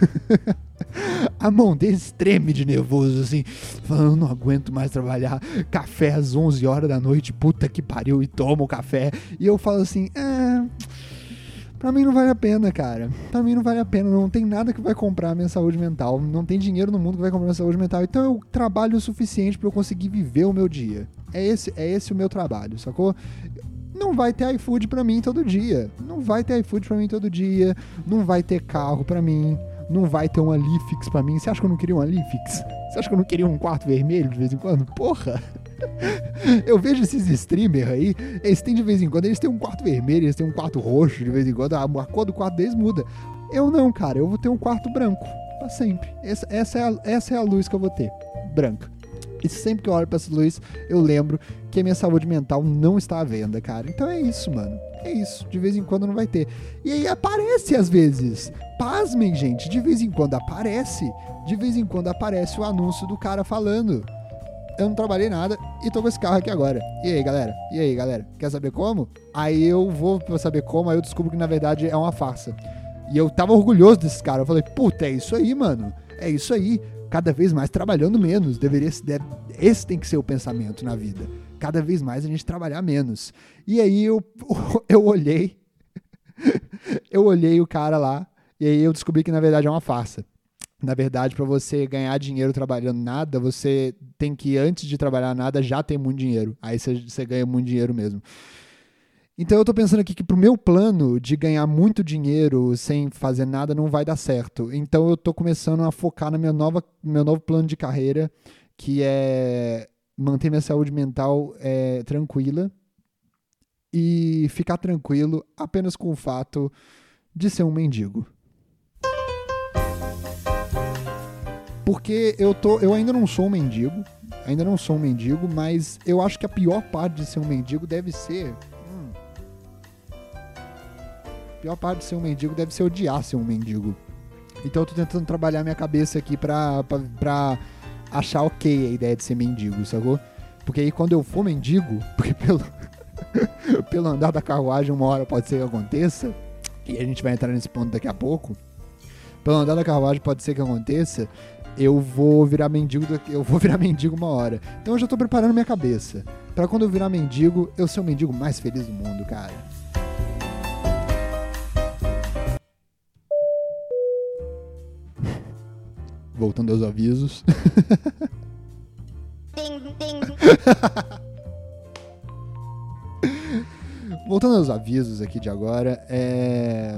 Speaker 1: A mão deles treme de nervoso, assim, falando, não aguento mais trabalhar, café às onze horas da noite, puta que pariu, e toma o café. E eu falo assim, é... Pra mim não vale a pena, cara. Pra mim não vale a pena, não tem nada que vai comprar a minha saúde mental, não tem dinheiro no mundo que vai comprar a minha saúde mental, então eu trabalho o suficiente pra eu conseguir viver o meu dia. É esse, é esse o meu trabalho, sacou? Não vai ter iFood pra mim todo dia. Não vai ter iFood pra mim todo dia. Não vai ter carro pra mim. não vai ter um Alifix pra mim. Você acha que eu não queria um Alifix? Você acha que eu não queria um quarto vermelho de vez em quando? Porra! Eu vejo esses streamers aí, eles têm de vez em quando, eles têm um quarto vermelho, eles têm um quarto roxo de vez em quando, a cor do quarto deles muda. Eu não, cara, eu vou ter um quarto branco, pra sempre. Essa, essa, é, a, essa é a luz que eu vou ter, branca. E sempre que eu olho pra essa luz, eu lembro que a minha saúde mental não está à venda, cara. Então é isso, mano. É isso. De vez em quando não vai ter. E aí aparece às vezes. Pasmem, gente. De vez em quando aparece. De vez em quando aparece o anúncio do cara falando: eu não trabalhei nada e tô com esse carro aqui agora. E aí, galera? E aí, galera? Quer saber como? Aí eu vou pra saber como, aí eu descubro que na verdade é uma farsa. E eu tava orgulhoso desse cara. Eu falei, puta, é isso aí, mano. É isso aí. Cada vez mais trabalhando menos. Deveria, deve, esse tem que ser o pensamento na vida. Cada vez mais a gente trabalhar menos. E aí eu, eu olhei, eu olhei o cara lá, e aí eu descobri que na verdade é uma farsa. Na verdade, para você ganhar dinheiro trabalhando nada, você tem que, antes de trabalhar nada, já ter muito dinheiro. Aí você, você ganha muito dinheiro mesmo. Então eu tô pensando aqui que pro meu plano de ganhar muito dinheiro sem fazer nada não vai dar certo. Então eu tô começando a focar no meu, nova, meu novo plano de carreira, que é manter minha saúde mental é, tranquila e ficar tranquilo apenas com o fato de ser um mendigo. Porque eu, tô, eu ainda não sou um mendigo, ainda não sou um mendigo, mas eu acho que a pior parte de ser um mendigo deve ser... A pior parte de ser um mendigo deve ser odiar ser um mendigo. Então eu tô tentando trabalhar minha cabeça aqui pra, pra, pra achar ok a ideia de ser mendigo, sacou? Porque aí quando eu for mendigo, porque pelo, pelo andar da carruagem uma hora pode ser que aconteça, e a gente vai entrar nesse ponto daqui a pouco, pelo andar da carruagem pode ser que aconteça, eu vou virar mendigo, eu vou virar mendigo uma hora. Então eu já tô preparando minha cabeça pra quando eu virar mendigo, eu ser o mendigo mais feliz do mundo, cara. Voltando aos avisos. Voltando aos avisos aqui de agora, é...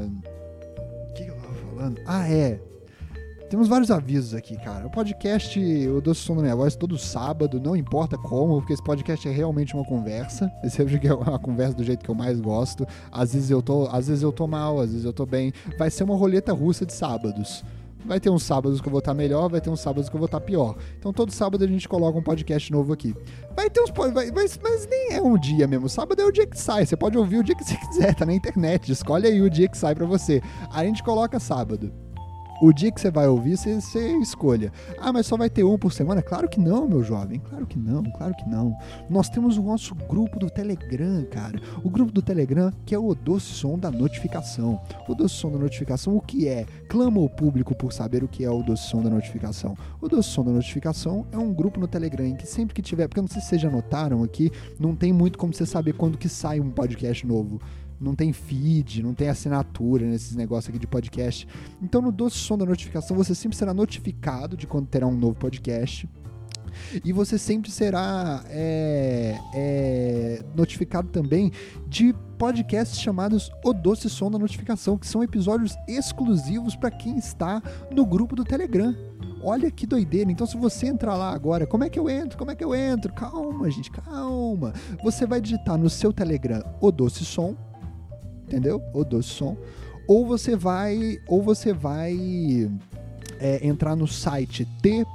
Speaker 1: O que eu tava falando? Ah, é. Temos vários avisos aqui, cara. O podcast, o Doce Som da Minha Voz, todo sábado, não importa como, porque esse podcast é realmente uma conversa. Esse é uma conversa do jeito que eu mais gosto. Às vezes eu tô, às vezes eu tô mal, às vezes eu tô bem. Vai ser uma roleta russa de sábados. Vai ter uns sábados que eu vou estar melhor, vai ter uns sábados que eu vou estar pior. Então todo sábado a gente coloca um podcast novo aqui. Vai ter uns... Vai, mas, mas nem é um dia mesmo. Sábado é o dia que sai. Você pode ouvir o dia que você quiser, tá na internet. Escolhe aí o dia que sai pra você. A gente coloca sábado. O dia que você vai ouvir, você, você escolha. Ah, mas só vai ter um por semana? Claro que não, meu jovem. Claro que não, claro que não. Nós temos o nosso grupo do Telegram, cara. O grupo do Telegram, que é o Doce Som da Notificação. O Doce Som da Notificação, o que é? Clama o público por saber o que é o Doce Som da Notificação. O Doce Som da Notificação é um grupo no Telegram em que sempre que tiver... Porque eu não sei se vocês já notaram aqui, não tem muito como você saber quando que sai um podcast novo. Não tem feed, não tem assinatura nesses negócios aqui de podcast. Então no Doce Som da Notificação você sempre será notificado de quando terá um novo podcast. E você sempre será é, é, notificado também de podcasts chamados O Doce Som da Notificação, que são episódios exclusivos para quem está no grupo do Telegram. Olha que doideira. Então se você entrar lá agora, como é que eu entro? Como é que eu entro? Calma, gente, calma. Você vai digitar no seu Telegram O Doce Som, entendeu? O Doce Som. Ou você vai, ou você vai é, entrar no site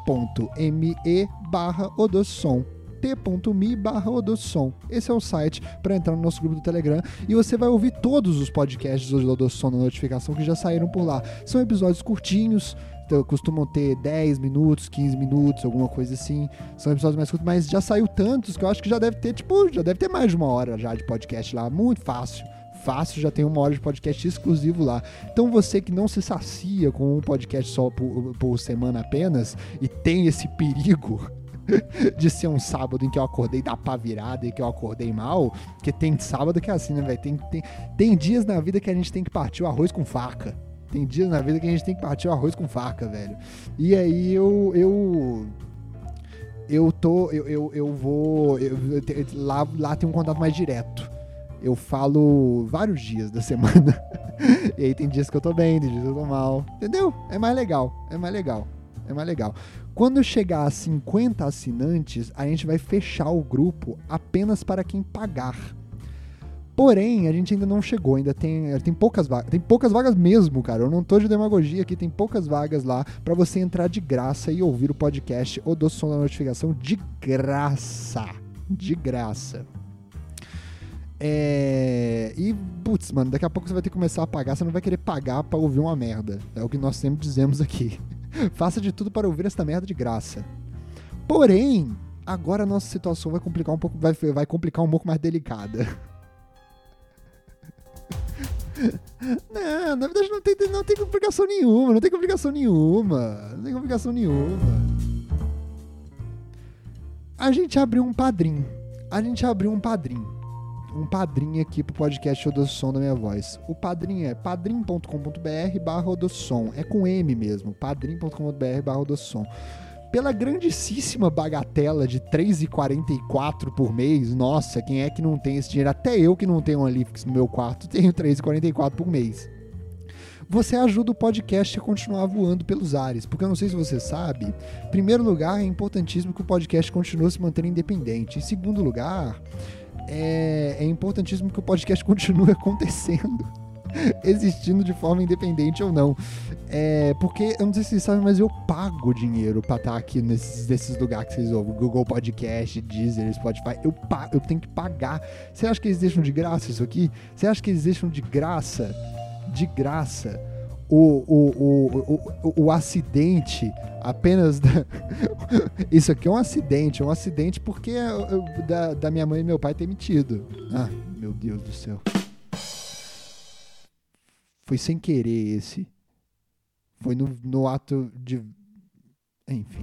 Speaker 1: t.me barra O Doce Som. t.me barra O Doce Som. Esse é o site para entrar no nosso grupo do Telegram e você vai ouvir todos os podcasts do Doce Som da Notificação que já saíram por lá. São episódios curtinhos, então, costumam ter dez minutos, quinze minutos, alguma coisa assim. São episódios mais curtos, mas já saiu tantos que eu acho que já deve ter, tipo, já deve ter mais de uma hora já de podcast lá. Muito fácil. Fácil, já tem uma hora de podcast exclusivo lá. Então você que não se sacia com um podcast só por, por semana apenas e tem esse perigo de ser um sábado em que eu acordei da pá virada e que eu acordei mal, porque tem sábado que é assim, né, velho? Tem, tem, tem dias na vida que a gente tem que partir o arroz com faca. Tem dias na vida que a gente tem que partir o arroz com faca, velho. E aí eu... eu eu tô... Eu, eu, eu vou... Eu, eu, lá, lá tem um contato mais direto. Eu falo vários dias da semana. E aí tem dias que eu tô bem, tem dias que eu tô mal. Entendeu? É mais legal, é mais legal, é mais legal. Quando chegar a cinquenta assinantes, a gente vai fechar o grupo apenas para quem pagar. Porém, a gente ainda não chegou, ainda tem, tem poucas vagas, tem poucas vagas mesmo, cara. Eu não tô de demagogia aqui, tem poucas vagas lá pra você entrar de graça e ouvir o podcast ou do som da notificação de graça. De graça. É... E, putz, mano, daqui a pouco você vai ter que começar a pagar, você não vai querer pagar pra ouvir uma merda. É o que nós sempre dizemos aqui. Faça de tudo para ouvir essa merda de graça. Porém, agora a nossa situação vai complicar um pouco, vai, vai complicar um pouco mais delicada. Não, na verdade não tem, não tem complicação nenhuma, não tem complicação nenhuma, não tem complicação nenhuma. A gente abriu um padrim, a gente abriu um padrim, um padrim aqui pro podcast Odossom da Minha Voz. O padrim é padrim ponto com ponto b r barra Odossom, é com M mesmo, padrim ponto com ponto b r barra Odossom. Pela grandíssima bagatela de três reais e quarenta e quatro centavos por mês, nossa, quem é que não tem esse dinheiro? Até eu que não tenho um OnlyFans no meu quarto, tenho três reais e quarenta e quatro centavos por mês. Você ajuda o podcast a continuar voando pelos ares, porque eu não sei se você sabe, em primeiro lugar, é importantíssimo que o podcast continue se mantendo independente. Em segundo lugar, é, é importantíssimo que o podcast continue acontecendo. Existindo de forma independente ou não. É, porque, eu não sei se vocês sabem, mas eu pago dinheiro pra estar aqui nesses, nesses lugares que vocês ouvem. Google Podcast, Deezer, Spotify. Eu, pago, eu tenho que pagar. Você acha que eles deixam de graça isso aqui? Você acha que eles deixam de graça? De graça? O, o, o, o, o acidente apenas da... Isso aqui é um acidente. É um acidente porque eu, da, da minha mãe e meu pai ter mentido. Ah, meu Deus do céu. Foi sem querer esse. Foi no, no ato de... Enfim.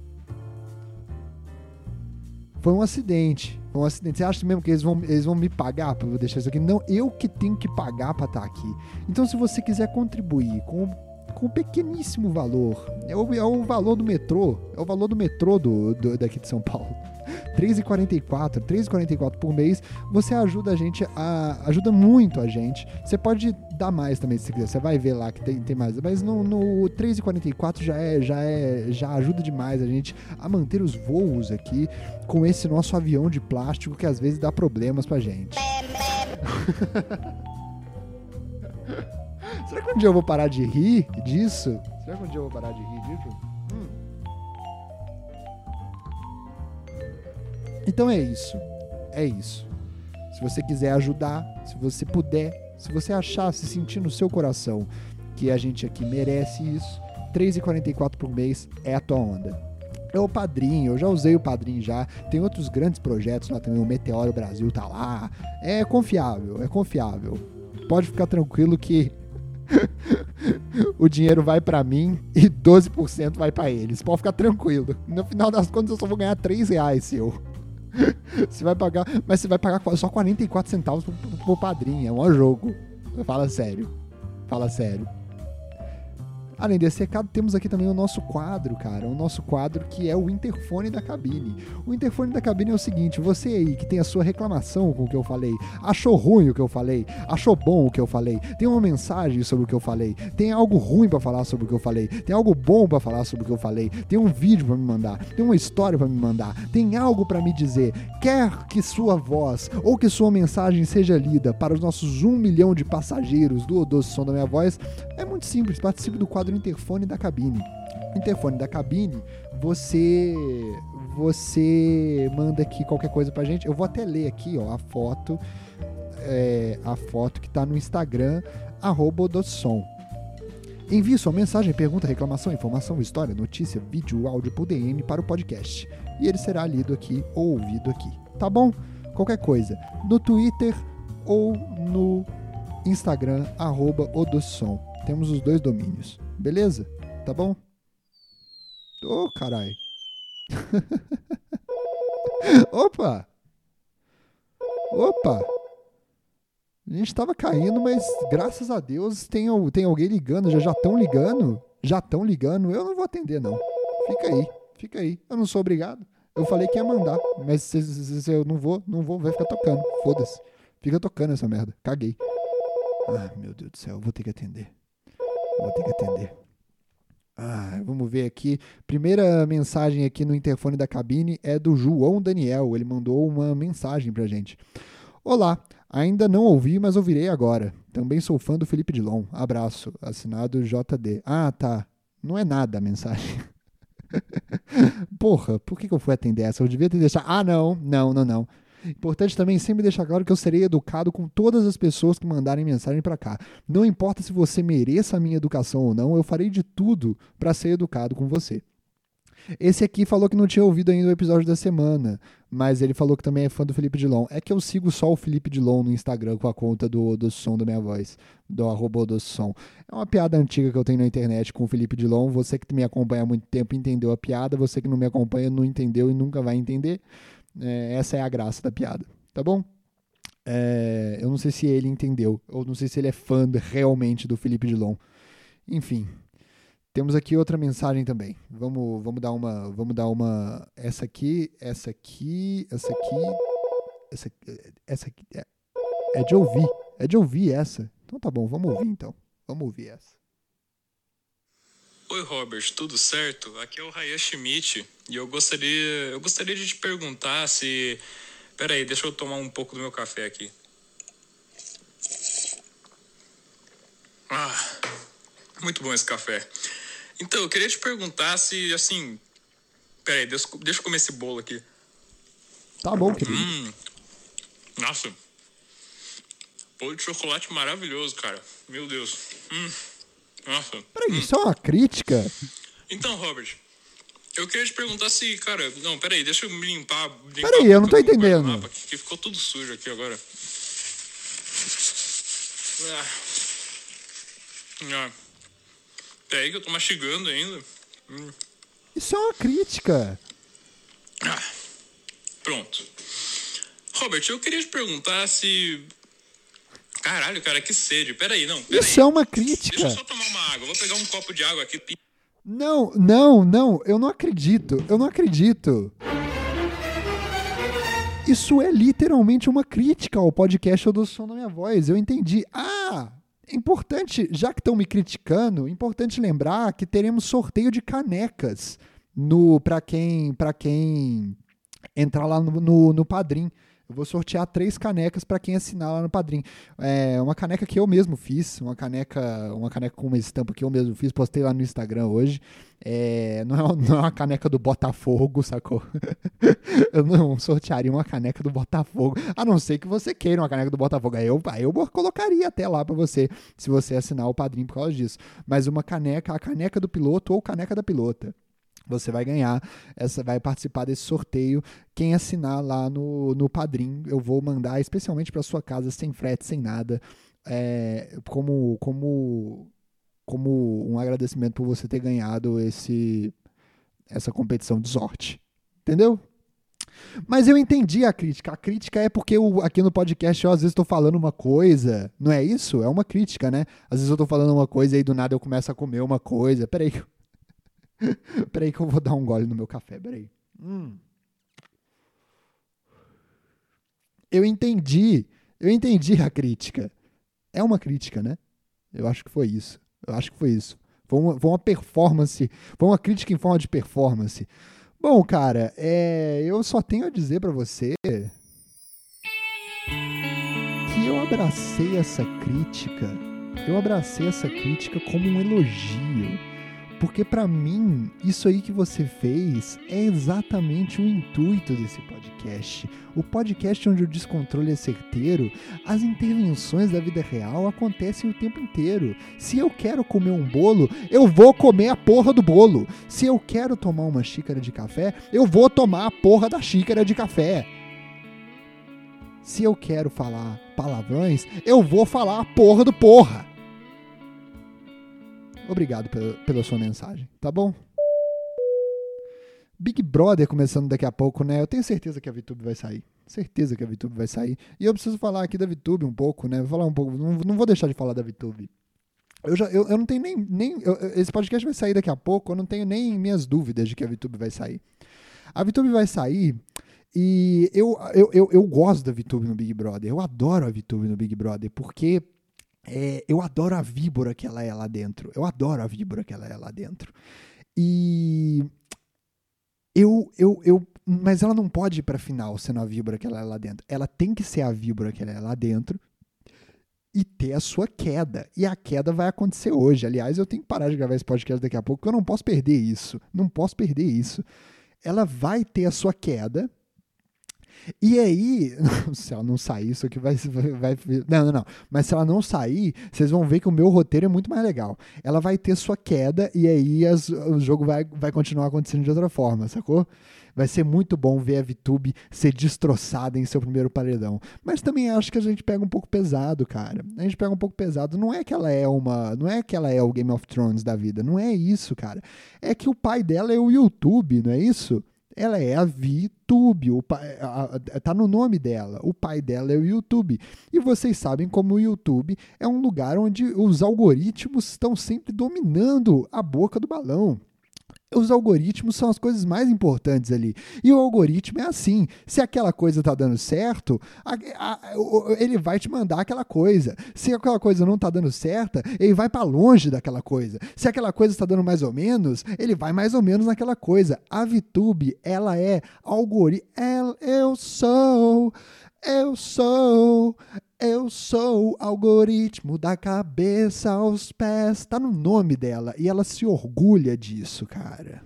Speaker 1: Foi um acidente. Foi um acidente. Você acha mesmo que eles vão, eles vão me pagar pra eu deixar isso aqui? Não, eu que tenho que pagar pra estar aqui. Então, se você quiser contribuir com, com um pequeníssimo valor, é o, é o valor do metrô, é o valor do metrô do, do, daqui de São Paulo. três reais e quarenta e quatro centavos, três reais e quarenta e quatro centavos por mês, você ajuda a gente, a, ajuda muito a gente. Você pode dar mais também, se quiser, você vai ver lá que tem, tem mais, mas no, no três reais e quarenta e quatro centavos já, é, já, é, já ajuda demais a gente a manter os voos aqui com esse nosso avião de plástico que às vezes dá problemas pra gente. Será que um dia eu vou parar de rir disso? Será que um dia eu vou parar de rir disso? Então é isso, é isso. Se você quiser ajudar, se você puder, se você achar, se sentir no seu coração que a gente aqui merece isso, três reais e quarenta e quatro centavos por mês é a tua onda. É o Padrim, eu já usei o Padrim já, tem outros grandes projetos lá também, o Meteoro Brasil tá lá, é confiável, é confiável. Pode ficar tranquilo que o dinheiro vai pra mim e doze por cento vai pra eles, pode ficar tranquilo. No final das contas eu só vou ganhar três reais seu. Você vai pagar, mas você vai pagar só quarenta e quatro centavos pro, pro, pro Padrim, é um jogo. Fala sério, fala sério. Além desse recado, temos aqui também o nosso quadro, cara. O nosso quadro que é o interfone da cabine. O interfone da cabine é o seguinte: você aí que tem a sua reclamação com o que eu falei, achou ruim o que eu falei, achou bom o que eu falei, tem uma mensagem sobre o que eu falei, tem algo ruim pra falar sobre o que eu falei, tem algo bom pra falar sobre o que eu falei, tem um vídeo pra me mandar, tem uma história pra me mandar, tem algo pra me dizer, quer que sua voz ou que sua mensagem seja lida para os nossos um milhão de passageiros do Odossom da Minha Voz, é muito simples, participe do quadro do interfone da cabine. Interfone da cabine, você você manda aqui qualquer coisa pra gente. Eu vou até ler aqui, ó, a foto é, a foto que tá no Instagram arroba Odossom. Envie sua mensagem, pergunta, reclamação, informação, história, notícia, vídeo, áudio por D M para o podcast e ele será lido aqui ou ouvido aqui, tá bom? Qualquer coisa, no Twitter ou no Instagram arroba Odossom. Temos os dois domínios. Beleza? Tá bom? Ô, oh, carai. Opa! Opa! A gente tava caindo, mas graças a Deus tem, tem alguém ligando. Já já estão ligando? Já estão ligando? Eu não vou atender, não. Fica aí, fica aí. Eu não sou obrigado. Eu falei que ia mandar, mas se, se, se eu não vou, não vou, vai ficar tocando. Foda-se. Fica tocando essa merda. Caguei. Ah, meu Deus do céu, eu vou ter que atender. Eu vou ter que atender. Ah, vamos ver aqui. Primeira mensagem aqui no interfone da cabine é do João Daniel. Ele mandou uma mensagem pra gente. Olá, ainda não ouvi, mas ouvirei agora. Também sou fã do Felipe Dilon. Abraço. Assinado J D. Ah, tá. Não é nada a mensagem. Porra, por que, que eu fui atender essa? Eu devia ter deixado... Ah, não, não, não, não. Importante também sempre deixar claro que eu serei educado com todas as pessoas que mandarem mensagem pra cá. Não importa se você mereça a minha educação ou não, eu farei de tudo pra ser educado com você. Esse aqui falou que não tinha ouvido ainda o episódio da semana, mas ele falou que também é fã do Felipe Dilon. É que eu sigo só o Felipe Dilon no Instagram com a conta do, do som da minha voz, do arroba do som. É uma piada antiga que eu tenho na internet com o Felipe Dilon. Você que me acompanha há muito tempo entendeu a piada, você que não me acompanha não entendeu e nunca vai entender. É, essa é a graça da piada, tá bom? É, eu não sei se ele entendeu, ou não sei se ele é fã realmente do Felipe Dilon. Enfim... Temos aqui outra mensagem também. Vamos, vamos dar uma, vamos dar uma. Essa aqui, essa aqui, essa aqui, essa, essa aqui é, é de ouvir, é de ouvir essa. Então tá bom, vamos ouvir então. Vamos ouvir essa.
Speaker 4: Oi Robert, tudo certo? Aqui é o Raya Schmidt e eu gostaria, eu gostaria de te perguntar se, pera aí, deixa eu tomar um pouco do meu café aqui. Ah, muito bom esse café. Então, eu queria te perguntar se, assim... Peraí, deixa, deixa eu comer esse bolo aqui.
Speaker 1: Tá bom, querido.
Speaker 4: Hum, nossa. Bolo de chocolate maravilhoso, cara. Meu Deus. Hum, nossa.
Speaker 1: Peraí,
Speaker 4: hum.
Speaker 1: isso é uma crítica?
Speaker 4: Então, Robert, eu queria te perguntar se, cara... Não, peraí, deixa eu me limpar. limpar
Speaker 1: Peraí, eu não tô entendendo.
Speaker 4: Aqui, que ficou tudo sujo aqui agora. Ah. Ah. Peraí que eu tô mastigando ainda. Hum.
Speaker 1: Isso é uma crítica.
Speaker 4: Ah, pronto. Robert, eu queria te perguntar se... Caralho, cara, que sede. Peraí, não. Peraí.
Speaker 1: Isso é uma crítica.
Speaker 4: Deixa eu só tomar uma água. Vou pegar um copo de água aqui.
Speaker 1: Não, não, não. Eu não acredito. Eu não acredito. Isso é literalmente uma crítica ao podcast do Som da Minha Voz. Eu entendi. Ah... É importante, já que estão me criticando, é importante lembrar que teremos sorteio de canecas no para quem, para quem entrar lá no, no, no Padrim. Eu vou sortear três canecas para quem assinar lá no Padrim. É uma caneca que eu mesmo fiz, uma caneca, uma caneca com uma estampa que eu mesmo fiz, postei lá no Instagram hoje. É, não, é, não é uma caneca do Botafogo, sacou? Eu não sortearia uma caneca do Botafogo, a não ser que você queira uma caneca do Botafogo. Aí eu, aí eu colocaria até lá para você, se você assinar o Padrim por causa disso. Mas uma caneca, a caneca do piloto ou caneca da pilota. Você vai ganhar, essa, vai participar desse sorteio. Quem assinar lá no, no Padrim, eu vou mandar especialmente para sua casa, sem frete, sem nada, é, como, como, como um agradecimento por você ter ganhado esse, essa competição de sorte. Entendeu? Mas eu entendi a crítica. A crítica é porque eu, aqui no podcast eu às vezes estou falando uma coisa. Não é isso? É uma crítica, né? Às vezes eu estou falando uma coisa e aí do nada eu começo a comer uma coisa. Peraí. Peraí que eu vou dar um gole no meu café, peraí. Hum. Eu entendi, eu entendi a crítica. É uma crítica, né? Eu acho que foi isso. Eu acho que foi isso. Foi uma, foi uma performance, foi uma crítica em forma de performance. Bom, cara, é, eu só tenho a dizer pra você que eu abracei essa crítica, eu abracei essa crítica como um elogio. Porque pra mim, isso aí que você fez é exatamente o intuito desse podcast. O podcast onde o descontrole é certeiro, as intervenções da vida real acontecem o tempo inteiro. Se eu quero comer um bolo, eu vou comer a porra do bolo. Se eu quero tomar uma xícara de café, eu vou tomar a porra da xícara de café. Se eu quero falar palavrões, eu vou falar a porra do porra. Obrigado pela, pela sua mensagem, tá bom? Big Brother começando daqui a pouco, né? Eu tenho certeza que a VTube vai sair. Certeza que a VTube vai sair. E eu preciso falar aqui da VTube um pouco, né? Vou falar um pouco, não, não vou deixar de falar da VTube. Eu, já, eu, eu não tenho nem... nem eu, esse podcast vai sair daqui a pouco, eu não tenho nem minhas dúvidas de que a VTube vai sair. A VTube vai sair e eu, eu, eu, eu gosto da VTube no Big Brother. Eu adoro a VTube no Big Brother, porque... É, eu adoro a víbora que ela é lá dentro. Eu adoro a víbora que ela é lá dentro. E eu, eu, eu, mas ela não pode ir pra final sendo a víbora que ela é lá dentro. Ela tem que ser a víbora que ela é lá dentro e ter a sua queda. E a queda vai acontecer hoje. Aliás, eu tenho que parar de gravar esse podcast daqui a pouco, porque eu não posso perder isso. Não posso perder isso. Ela vai ter a sua queda. E aí, se ela não sair, isso aqui vai, vai, vai... Não, não, não. Mas se ela não sair, vocês vão ver que o meu roteiro é muito mais legal. Ela vai ter sua queda e aí as, o jogo vai, vai continuar acontecendo de outra forma, sacou? Vai ser muito bom ver a VTube ser destroçada em seu primeiro paredão. Mas também acho que a gente pega um pouco pesado, cara. A gente pega um pouco pesado. Não é que ela é uma... Não é que ela é o Game of Thrones da vida. Não é isso, cara. É que o pai dela é o YouTube, não é isso? Ela é a VTube, o pai, a, a, tá no nome dela. O pai dela é o YouTube. E vocês sabem como o YouTube é um lugar onde os algoritmos estão sempre dominando a boca do balão. Os algoritmos são as coisas mais importantes ali. E o algoritmo é assim. Se aquela coisa tá dando certo, a, a, ele vai te mandar aquela coisa. Se aquela coisa não tá dando certa, ele vai para longe daquela coisa. Se aquela coisa está dando mais ou menos, ele vai mais ou menos naquela coisa. A VTube, ela é algoritmo. Eu sou... Eu sou, eu sou o algoritmo da cabeça aos pés. Tá no nome dela e ela se orgulha disso, cara.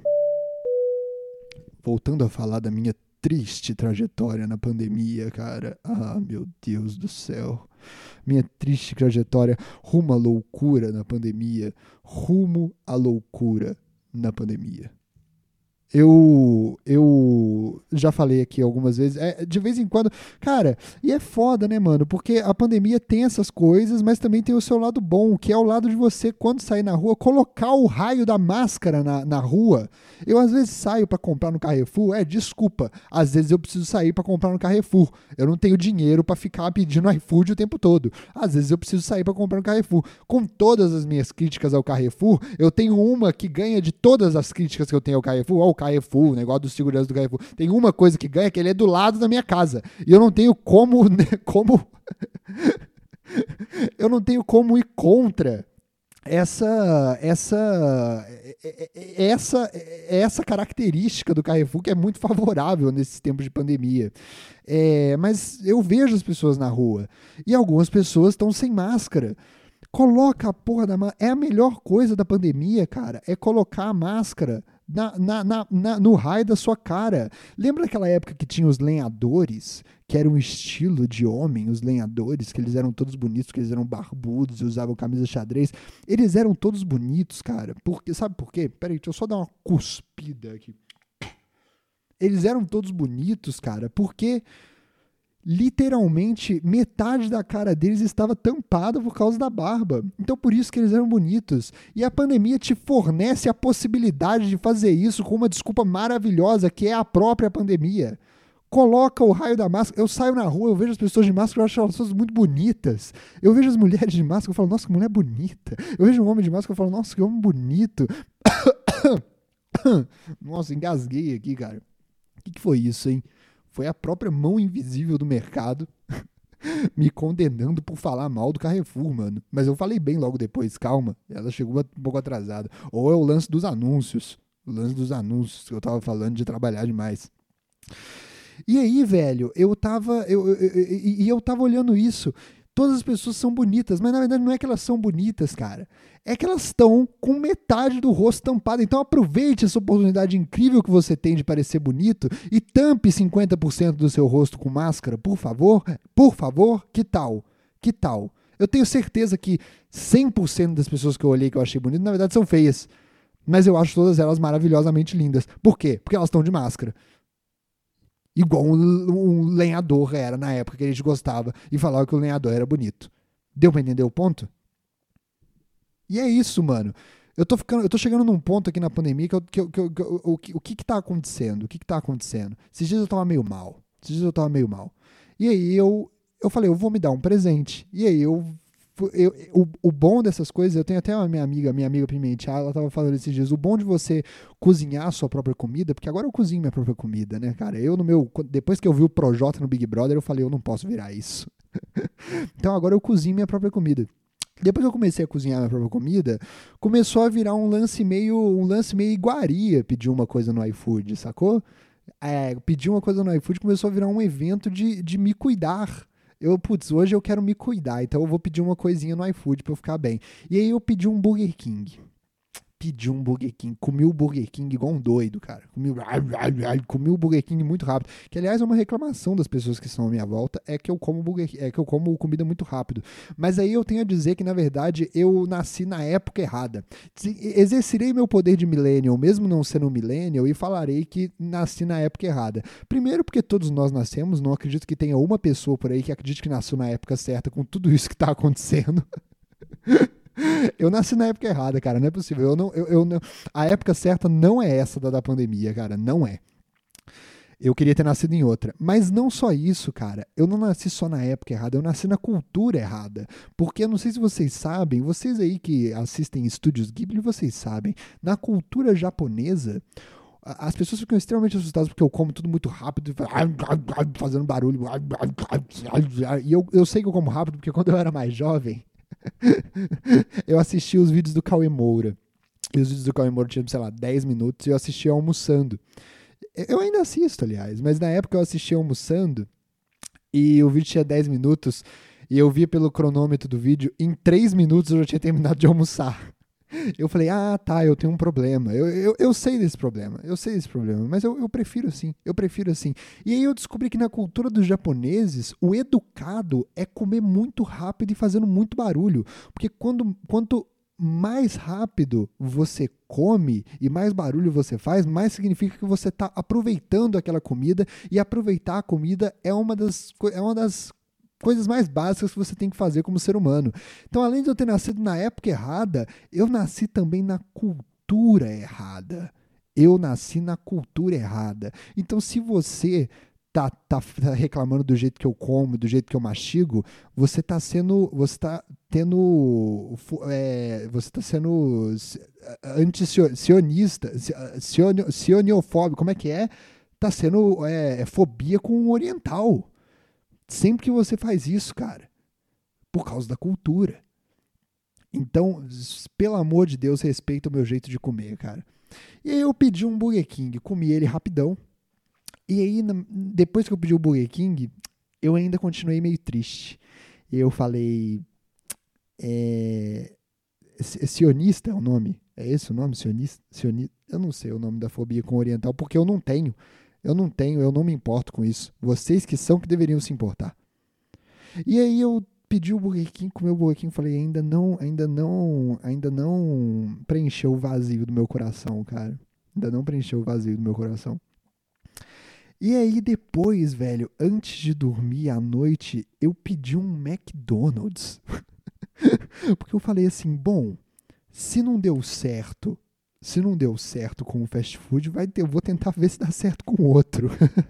Speaker 1: Voltando a falar da minha triste trajetória na pandemia, cara. Ah, meu Deus do céu. Minha triste trajetória rumo à loucura na pandemia. Rumo à loucura na pandemia. Eu, eu já falei aqui algumas vezes, é, de vez em quando, cara, e é foda, né, mano, porque a pandemia tem essas coisas, mas também tem o seu lado bom, que é o lado de você, quando sair na rua, colocar o raio da máscara na, na rua. Eu, às vezes, saio pra comprar no Carrefour, é, desculpa, às vezes eu preciso sair pra comprar no Carrefour, eu não tenho dinheiro pra ficar pedindo iFood o tempo todo, às vezes eu preciso sair pra comprar no Carrefour. Com todas as minhas críticas ao Carrefour, eu tenho uma que ganha de todas as críticas que eu tenho ao Carrefour, ó, Carrefour, o negócio dos seguranças do Carrefour. Tem uma coisa que ganha, que ele é do lado da minha casa. E eu não tenho como, né, como eu não tenho como ir contra essa essa essa essa característica do Carrefour, que é muito favorável nesses tempos de pandemia. É, mas eu vejo as pessoas na rua e algumas pessoas estão sem máscara. Coloca a porra da máscara. É a melhor coisa da pandemia, cara. É colocar a máscara Na, na, na, na, no raio da sua cara. Lembra daquela época que tinha os lenhadores, que era um estilo de homem, os lenhadores, que eles eram todos bonitos, que eles eram barbudos e usavam camisa xadrez? Eles eram todos bonitos, cara. Porque, sabe por quê? Peraí, deixa eu só dar uma cuspida aqui. Eles eram todos bonitos, cara, porque literalmente metade da cara deles estava tampada por causa da barba. Então por isso que eles eram bonitos. E a pandemia te fornece a possibilidade de fazer isso com uma desculpa maravilhosa, que é a própria pandemia. Coloca o raio da máscara. Eu saio na rua, eu vejo as pessoas de máscara, eu acho elas pessoas muito bonitas. Eu vejo as mulheres de máscara, eu falo, nossa, que mulher bonita. Eu vejo um homem de máscara, eu falo, nossa, que homem bonito. Nossa, engasguei aqui, cara. O que, que foi isso, hein? Foi a própria mão invisível do mercado me condenando por falar mal do Carrefour, mano. Mas eu falei bem logo depois, calma. Ela chegou um pouco atrasada. Ou é o lance dos anúncios. O lance dos anúncios que eu tava falando de trabalhar demais. E aí, velho, eu tava... E eu, eu, eu, eu tava olhando isso. Todas as pessoas são bonitas, mas na verdade não é que elas são bonitas, cara. É que elas estão com metade do rosto tampado. Então aproveite essa oportunidade incrível que você tem de parecer bonito e tampe cinquenta por cento do seu rosto com máscara, por favor. Por favor, que tal? Que tal? Eu tenho certeza que cem por cento das pessoas que eu olhei que eu achei bonito, na verdade são feias. Mas eu acho todas elas maravilhosamente lindas. Por quê? Porque elas estão de máscara. Igual um, um lenhador era na época que a gente gostava e falava que o lenhador era bonito. Deu pra entender o ponto? E é isso, mano. Eu tô, ficando, eu tô chegando num ponto aqui na pandemia que, eu, que, eu, que, eu, que eu, o, que, o que que tá acontecendo? O que que tá acontecendo? Esses dias eu tava meio mal. Esses dias eu tava meio mal. E aí eu, eu falei, eu vou me dar um presente. E aí eu... Eu, o, o bom dessas coisas, eu tenho até uma minha amiga, minha amiga Pimentel, ela tava falando esses dias, o bom de você cozinhar a sua própria comida, porque agora eu cozinho minha própria comida, né, cara? Eu no meu, depois que eu vi o Projota no Big Brother, eu falei, eu não posso virar isso. Então agora eu cozinho minha própria comida. Depois que eu comecei a cozinhar minha própria comida, começou a virar um lance meio, um lance meio iguaria pedir uma coisa no iFood, sacou? É, pedir uma coisa no iFood começou a virar um evento de, de me cuidar. Eu, putz, hoje eu quero me cuidar, então eu vou pedir uma coisinha no iFood pra eu ficar bem. E aí eu pedi um Burger King. Pedi um Burger King, comi o Burger King igual um doido, cara. Comi, comi o Burger King muito rápido. Que, aliás, é uma reclamação das pessoas que estão à minha volta, é que eu como Burger, é que eu como comida muito rápido. Mas aí eu tenho a dizer que, na verdade, eu nasci na época errada. Exercerei meu poder de millennial, mesmo não sendo um millennial, e falarei que nasci na época errada. Primeiro porque todos nós nascemos, não acredito que tenha uma pessoa por aí que acredite que nasceu na época certa com tudo isso que tá acontecendo. Eu nasci na época errada, cara, não é possível. Eu não, eu, eu não, a época certa não é essa da, da pandemia, cara, não é. Eu queria ter nascido em outra. Mas não só isso, cara. Eu não nasci só na época errada, eu nasci na cultura errada. Porque eu não sei se vocês sabem, vocês aí que assistem Estúdios Ghibli, vocês sabem, na cultura japonesa, as pessoas ficam extremamente assustadas porque eu como tudo muito rápido, fazendo barulho. E eu, eu sei que eu como rápido porque quando eu era mais jovem, eu assisti os vídeos do Cauê Moura. E os vídeos do Cauê Moura tinham, sei lá, dez minutos e eu assistia almoçando. Eu ainda assisto, aliás, mas na época eu assistia almoçando e o vídeo tinha dez minutos e eu via pelo cronômetro do vídeo, em três minutos eu já tinha terminado de almoçar. Eu falei, ah, tá, eu tenho um problema. Eu, eu, eu sei desse problema, eu sei desse problema, mas eu, eu prefiro assim, eu prefiro assim. E aí eu descobri que na cultura dos japoneses, o educado é comer muito rápido e fazendo muito barulho. Porque quando, quanto mais rápido você come e mais barulho você faz, mais significa que você está aproveitando aquela comida, e aproveitar a comida é uma das, é uma das coisas mais básicas que você tem que fazer como ser humano. Então, além de eu ter nascido na época errada, eu nasci também na cultura errada. Eu nasci na cultura errada. Então, se você tá, tá, tá reclamando do jeito que eu como, do jeito que eu mastigo, você tá sendo, você tá tendo, é, você tá sendo anti-sionista, sioniofóbico, como é que é? Tá sendo é, fobia com o oriental. Sempre que você faz isso, cara, por causa da cultura. Então, pelo amor de Deus, respeita o meu jeito de comer, cara. E aí eu pedi um Burger King, comi ele rapidão. E aí, depois que eu pedi o Burger King, eu ainda continuei meio triste. E eu falei, é... sionista é o nome? É esse o nome? Sionista? Sionista? Eu não sei o nome da fobia com oriental, porque eu não tenho. Eu não tenho, eu não me importo com isso. Vocês que são que deveriam se importar. E aí eu pedi o Burger King, comi o Burger King, falei, ainda não, ainda não, ainda não preencheu o vazio do meu coração, cara. Ainda não preencheu o vazio do meu coração. E aí depois, velho, antes de dormir à noite, eu pedi um McDonald's. Porque eu falei assim, bom, se não deu certo, se não deu certo com o fast food, vai ter, eu vou tentar ver se dá certo com o outro.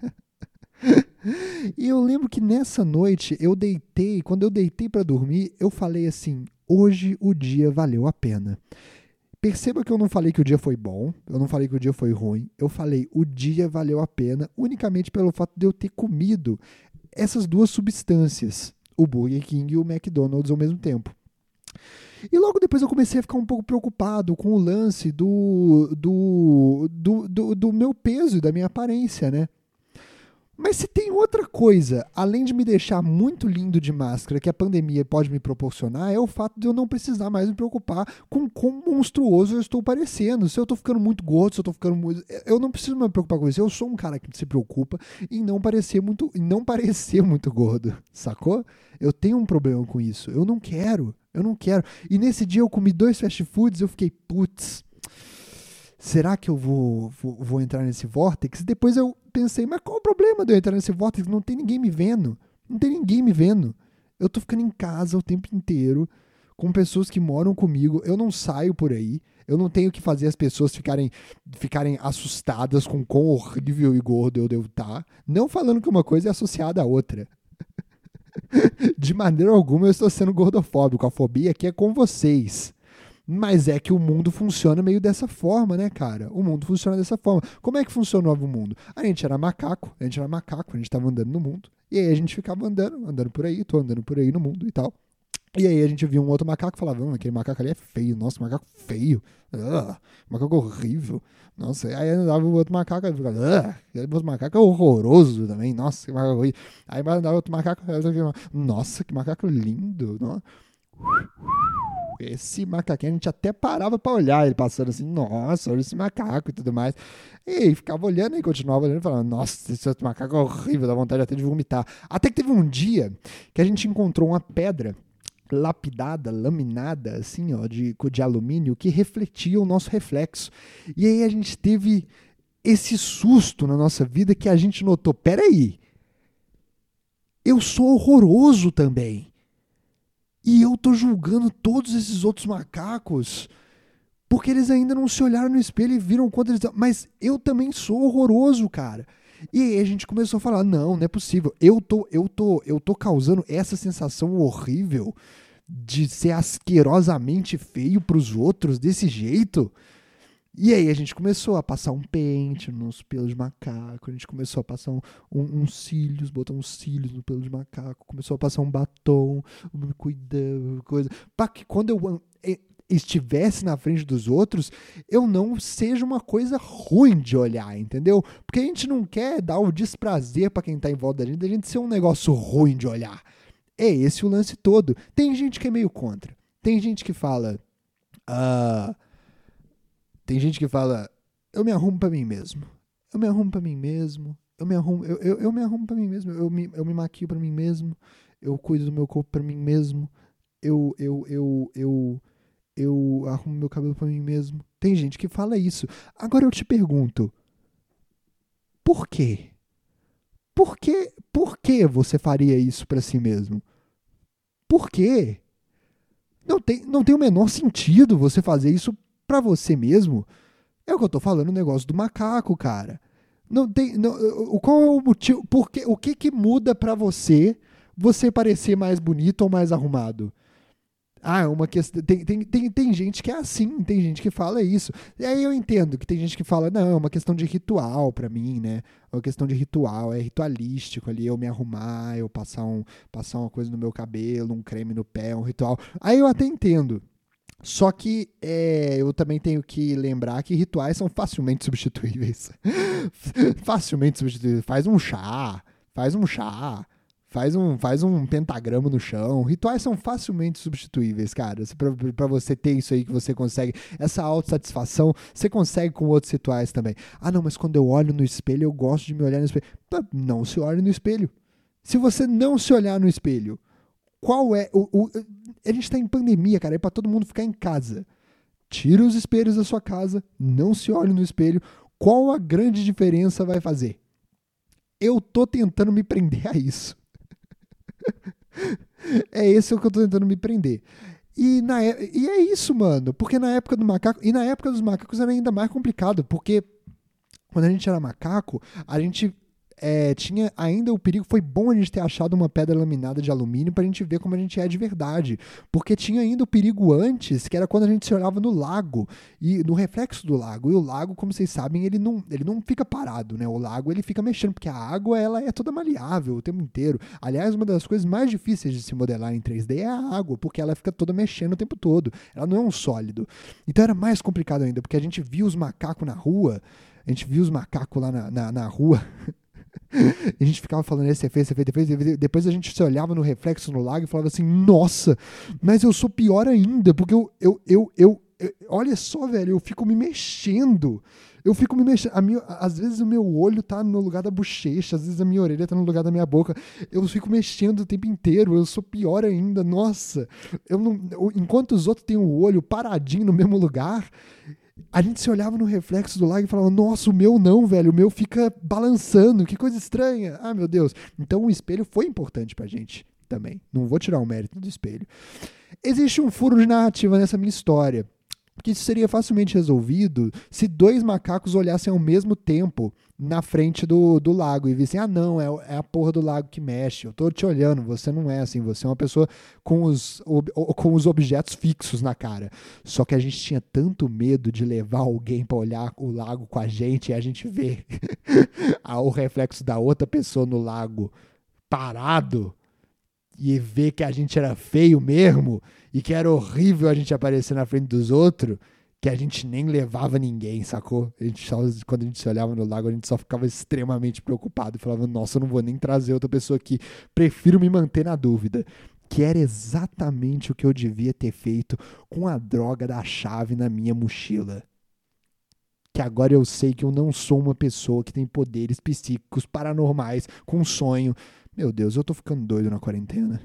Speaker 1: E eu lembro que nessa noite eu deitei, quando eu deitei para dormir, eu falei assim, hoje o dia valeu a pena. Perceba que eu não falei que o dia foi bom, eu não falei que o dia foi ruim, eu falei o dia valeu a pena unicamente pelo fato de eu ter comido essas duas substâncias, o Burger King e o McDonald's ao mesmo tempo. E logo depois eu comecei a ficar um pouco preocupado com o lance do, do, do, do, do meu peso e da minha aparência, né? Mas se tem outra coisa, além de me deixar muito lindo de máscara, que a pandemia pode me proporcionar, é o fato de eu não precisar mais me preocupar com quão monstruoso eu estou parecendo. Se eu estou ficando muito gordo, se eu estou ficando muito... Eu não preciso me preocupar com isso. Eu sou um cara que se preocupa em não parecer muito, em não parecer muito gordo, sacou? Eu tenho um problema com isso. Eu não quero. Eu não quero. E nesse dia eu comi dois fast foods, eu fiquei, putz, será que eu vou, vou, vou entrar nesse vórtice? Depois eu pensei, mas qual o problema de eu entrar nesse vórtice? Não tem ninguém me vendo. Não tem ninguém me vendo. Eu tô ficando em casa o tempo inteiro, com pessoas que moram comigo. Eu não saio por aí. Eu não tenho que fazer as pessoas ficarem, ficarem assustadas com quão horrível e gordo eu devo estar. Não falando que uma coisa é associada à outra. De maneira alguma eu estou sendo gordofóbico. A fobia aqui é com vocês. Mas é que o mundo funciona meio dessa forma, né, cara? O mundo funciona dessa forma. Como é que funcionava o mundo? A gente era macaco, a gente era macaco, a gente estava andando no mundo. E aí a gente ficava andando, andando por aí, tô andando por aí no mundo e tal. E aí a gente viu um outro macaco e falava, hum, aquele macaco ali é feio, nossa, macaco feio, uh, macaco horrível, nossa, aí andava o outro macaco e ficava, uh, aquele outro macaco é horroroso também, nossa, que macaco horrível. Aí andava outro macaco, nossa, que macaco lindo, nossa. Esse macaquinho, a gente até parava pra olhar ele passando assim, nossa, olha esse macaco e tudo mais. E aí, ficava olhando e continuava olhando e falando, nossa, esse outro macaco é horrível, dá vontade até de vomitar. Até que teve um dia que a gente encontrou uma pedra lapidada, laminada, assim, ó, de, de alumínio, que refletia o nosso reflexo. E aí a gente teve esse susto na nossa vida que a gente notou, peraí, eu sou horroroso também. E eu tô julgando todos esses outros macacos porque eles ainda não se olharam no espelho e viram quanto eles... Mas eu também sou horroroso, cara. E aí a gente começou a falar, não, não é possível. Eu tô, eu tô, eu tô causando essa sensação horrível de ser asquerosamente feio pros outros desse jeito. E aí a gente começou a passar um pente nos pelos de macaco, a gente começou a passar um, um, uns cílios, botar uns cílios no pelo de macaco, começou a passar um batom, cuidando, coisa, para que quando eu estivesse na frente dos outros, eu não seja uma coisa ruim de olhar, entendeu? Porque a gente não quer dar o desprazer para quem tá em volta da gente, da gente ser um negócio ruim de olhar. É esse o lance todo. Tem gente que é meio contra. Tem gente que fala... Ah... Tem gente que fala, eu me arrumo pra mim mesmo. Eu me arrumo pra mim mesmo. Eu me arrumo, eu, eu, eu me arrumo pra mim mesmo. Eu me, eu me maquio pra mim mesmo. Eu cuido do meu corpo pra mim mesmo. Eu, eu, eu, eu, eu arrumo meu cabelo pra mim mesmo. Tem gente que fala isso. Agora eu te pergunto, por quê? Por quê? Por que você faria isso pra si mesmo? Por quê? Não tem, não tem o menor sentido você fazer isso pra você mesmo. É o que eu tô falando, o negócio do macaco, cara. Não tem, não, qual é o motivo? Porque, o que que muda pra você você parecer mais bonito ou mais arrumado? Ah, é uma questão. Tem, tem, tem, tem gente que é assim, tem gente que fala isso. E aí eu entendo que tem gente que fala, não, é uma questão de ritual pra mim, né? É uma questão de ritual, é ritualístico ali, eu me arrumar, eu passar, um, passar uma coisa no meu cabelo, um creme no pé, um ritual. Aí eu até entendo. Só que é, eu também tenho que lembrar que rituais são facilmente substituíveis. Facilmente substituíveis. Faz um chá, faz um chá, faz um, faz um pentagrama no chão. Rituais são facilmente substituíveis, cara. Pra, pra você ter isso aí que você consegue, essa autossatisfação, você consegue com outros rituais também. Ah, não, mas quando eu olho no espelho, eu gosto de me olhar no espelho. Não se olhe no espelho. Se você não se olhar no espelho, qual é o... o a gente tá em pandemia, cara, é pra todo mundo ficar em casa. Tira os espelhos da sua casa, não se olhe no espelho. Qual a grande diferença vai fazer? Eu tô tentando me prender a isso. É esse o que eu tô tentando me prender. E, na, e é isso, mano, porque na época do macaco, e na época dos macacos era ainda mais complicado, porque quando a gente era macaco, a gente... É, tinha ainda o perigo, foi bom a gente ter achado uma pedra laminada de alumínio pra gente ver como a gente é de verdade, porque tinha ainda o perigo antes, que era quando a gente se olhava no lago, e no reflexo do lago, e o lago, como vocês sabem, ele não, ele não fica parado, né, o lago ele fica mexendo, porque a água ela é toda maleável o tempo inteiro. Aliás, uma das coisas mais difíceis de se modelar em três D é a água, porque ela fica toda mexendo o tempo todo, ela não é um sólido. Então era mais complicado ainda, porque a gente via os macacos na rua, a gente via os macacos lá na, na, na rua... E a gente ficava falando, esse é feio, esse é feio, depois, depois a gente se olhava no reflexo no lago e falava assim, nossa, mas eu sou pior ainda, porque eu, eu, eu, eu, eu olha só, velho, eu fico me mexendo, eu fico me mexendo, a minha, às vezes o meu olho tá no lugar da bochecha, às vezes a minha orelha tá no lugar da minha boca, eu fico mexendo o tempo inteiro, eu sou pior ainda, nossa, eu não, eu, enquanto os outros têm o olho paradinho no mesmo lugar, a gente se olhava no reflexo do lago e falava, nossa, o meu não, velho, o meu fica balançando, que coisa estranha, ah, meu Deus. Então o espelho foi importante pra gente também, não vou tirar o mérito do espelho. Existe um furo de narrativa nessa minha história, porque isso seria facilmente resolvido se dois macacos olhassem ao mesmo tempo na frente do, do lago e vissem, ah não, é, é a porra do lago que mexe, eu tô te olhando, você não é assim, você é uma pessoa com os, ob, com os objetos fixos na cara. Só que a gente tinha tanto medo de levar alguém pra olhar o lago com a gente e a gente ver o reflexo da outra pessoa no lago parado. e ver que a gente era feio mesmo e que era horrível a gente aparecer na frente dos outros, que a gente nem levava ninguém, sacou? A gente só, quando a gente se olhava no lago, a gente só ficava extremamente preocupado e falava, nossa, eu não vou nem trazer outra pessoa aqui, prefiro me manter na dúvida. Que era exatamente o que eu devia ter feito com a droga da chave na minha mochila. Que agora eu sei que eu não sou uma pessoa que tem poderes psíquicos paranormais, com sonho. Meu Deus, eu tô ficando doido na quarentena.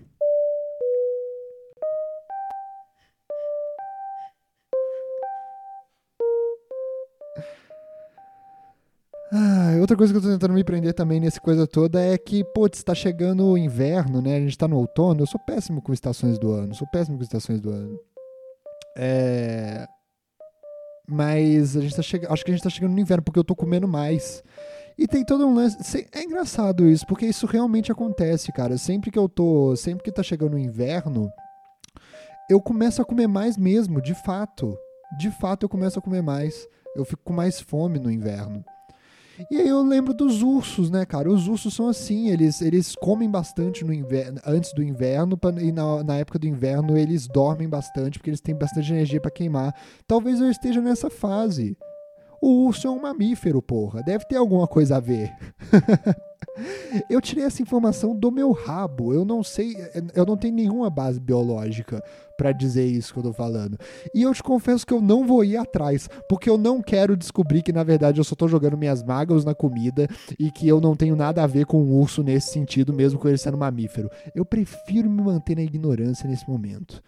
Speaker 1: Ah, outra coisa que eu tô tentando me prender também nessa coisa toda é que, putz, tá chegando o inverno, né? A gente tá no outono. Eu sou péssimo com estações do ano. Sou péssimo com estações do ano. É... Mas a gente tá chegando, acho que a gente tá chegando no inverno, porque eu tô comendo mais. E tem todo um lance... É engraçado isso, porque isso realmente acontece, cara. Sempre que eu tô... Sempre que tá chegando o inverno, eu começo a comer mais mesmo, de fato. De fato, eu começo a comer mais. Eu fico com mais fome no inverno. E aí eu lembro dos ursos, né, cara? Os ursos são assim, eles, eles comem bastante no inverno, antes do inverno, e na, na época do inverno eles dormem bastante, porque eles têm bastante energia pra queimar. Talvez eu esteja nessa fase. O urso é um mamífero, porra. Deve ter alguma coisa a ver. Eu tirei essa informação do meu rabo. Eu não sei, eu não tenho nenhuma base biológica pra dizer isso que eu tô falando. E eu te confesso que eu não vou ir atrás, porque eu não quero descobrir que, na verdade, eu só tô jogando minhas mágoas na comida e que eu não tenho nada a ver com o urso nesse sentido, mesmo com ele sendo mamífero. Eu prefiro me manter na ignorância nesse momento.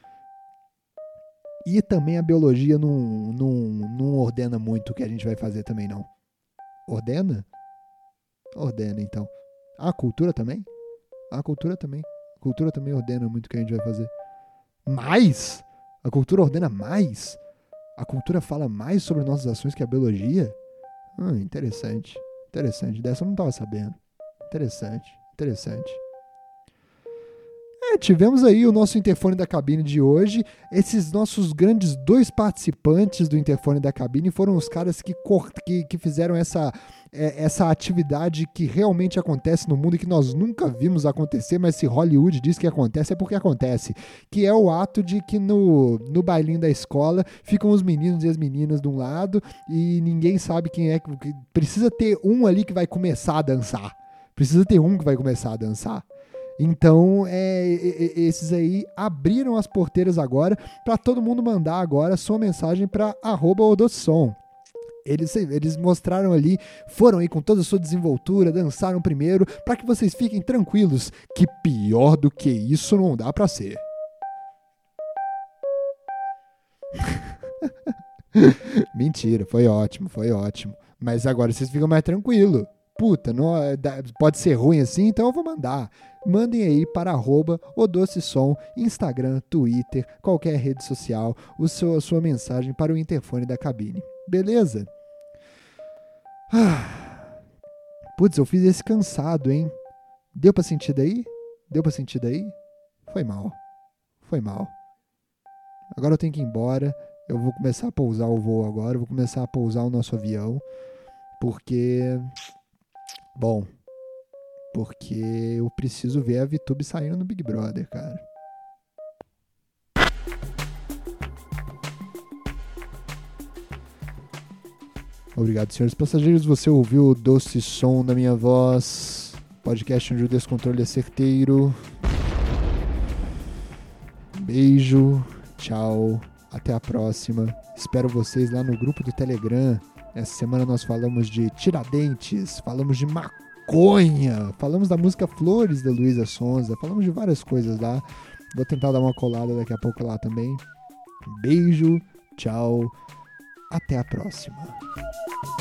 Speaker 1: E também a biologia não, não, não ordena muito o que a gente vai fazer também, não. Ordena? Ordena, então. Ah, a cultura também? Ah, a cultura também. A cultura também ordena muito o que a gente vai fazer. Mais? A cultura ordena mais? A cultura fala mais sobre nossas ações que a biologia? Ah, interessante. Interessante. Dessa eu não estava sabendo. Interessante. Interessante. É, tivemos aí o nosso interfone da cabine de hoje. Esses nossos grandes dois participantes do interfone da cabine foram os caras que, que, que fizeram essa, é, essa atividade que realmente acontece no mundo e que nós nunca vimos acontecer, mas se Hollywood diz que acontece, é porque acontece. Que é o ato de que no, no bailinho da escola ficam os meninos e as meninas de um lado e ninguém sabe quem é. Que precisa ter um ali que vai começar a dançar. Precisa ter um que vai começar a dançar. Então, é, esses aí abriram as porteiras agora para todo mundo mandar agora sua mensagem para arroba odossom. Eles, eles mostraram ali, foram aí com toda a sua desenvoltura, dançaram primeiro, para que vocês fiquem tranquilos, que pior do que isso não dá para ser. Mentira, foi ótimo, foi ótimo. Mas agora vocês ficam mais tranquilos. Puta, não, pode ser ruim assim, então eu vou mandar. Mandem aí para arroba odossom, Instagram, Twitter, qualquer rede social, o seu, a sua mensagem para o interfone da cabine. Beleza? Ah, putz, eu fiz esse cansado, hein? Deu pra sentir daí? Deu pra sentir daí? Foi mal. Foi mal. Agora eu tenho que ir embora. Eu vou começar a pousar o voo agora. Eu vou começar a pousar o nosso avião. Porque... Bom, porque eu preciso ver a VTube saindo no Big Brother, cara. Obrigado, senhores passageiros. Você ouviu o doce som da minha voz. Podcast onde o descontrole é certeiro. Beijo, tchau, até a próxima. Espero vocês lá no grupo do Telegram. Essa semana nós falamos de Tiradentes, falamos de maconha, falamos da música Flores da Luísa Sonza, falamos de várias coisas lá. Vou tentar dar uma colada daqui a pouco lá também. Beijo, tchau, até a próxima.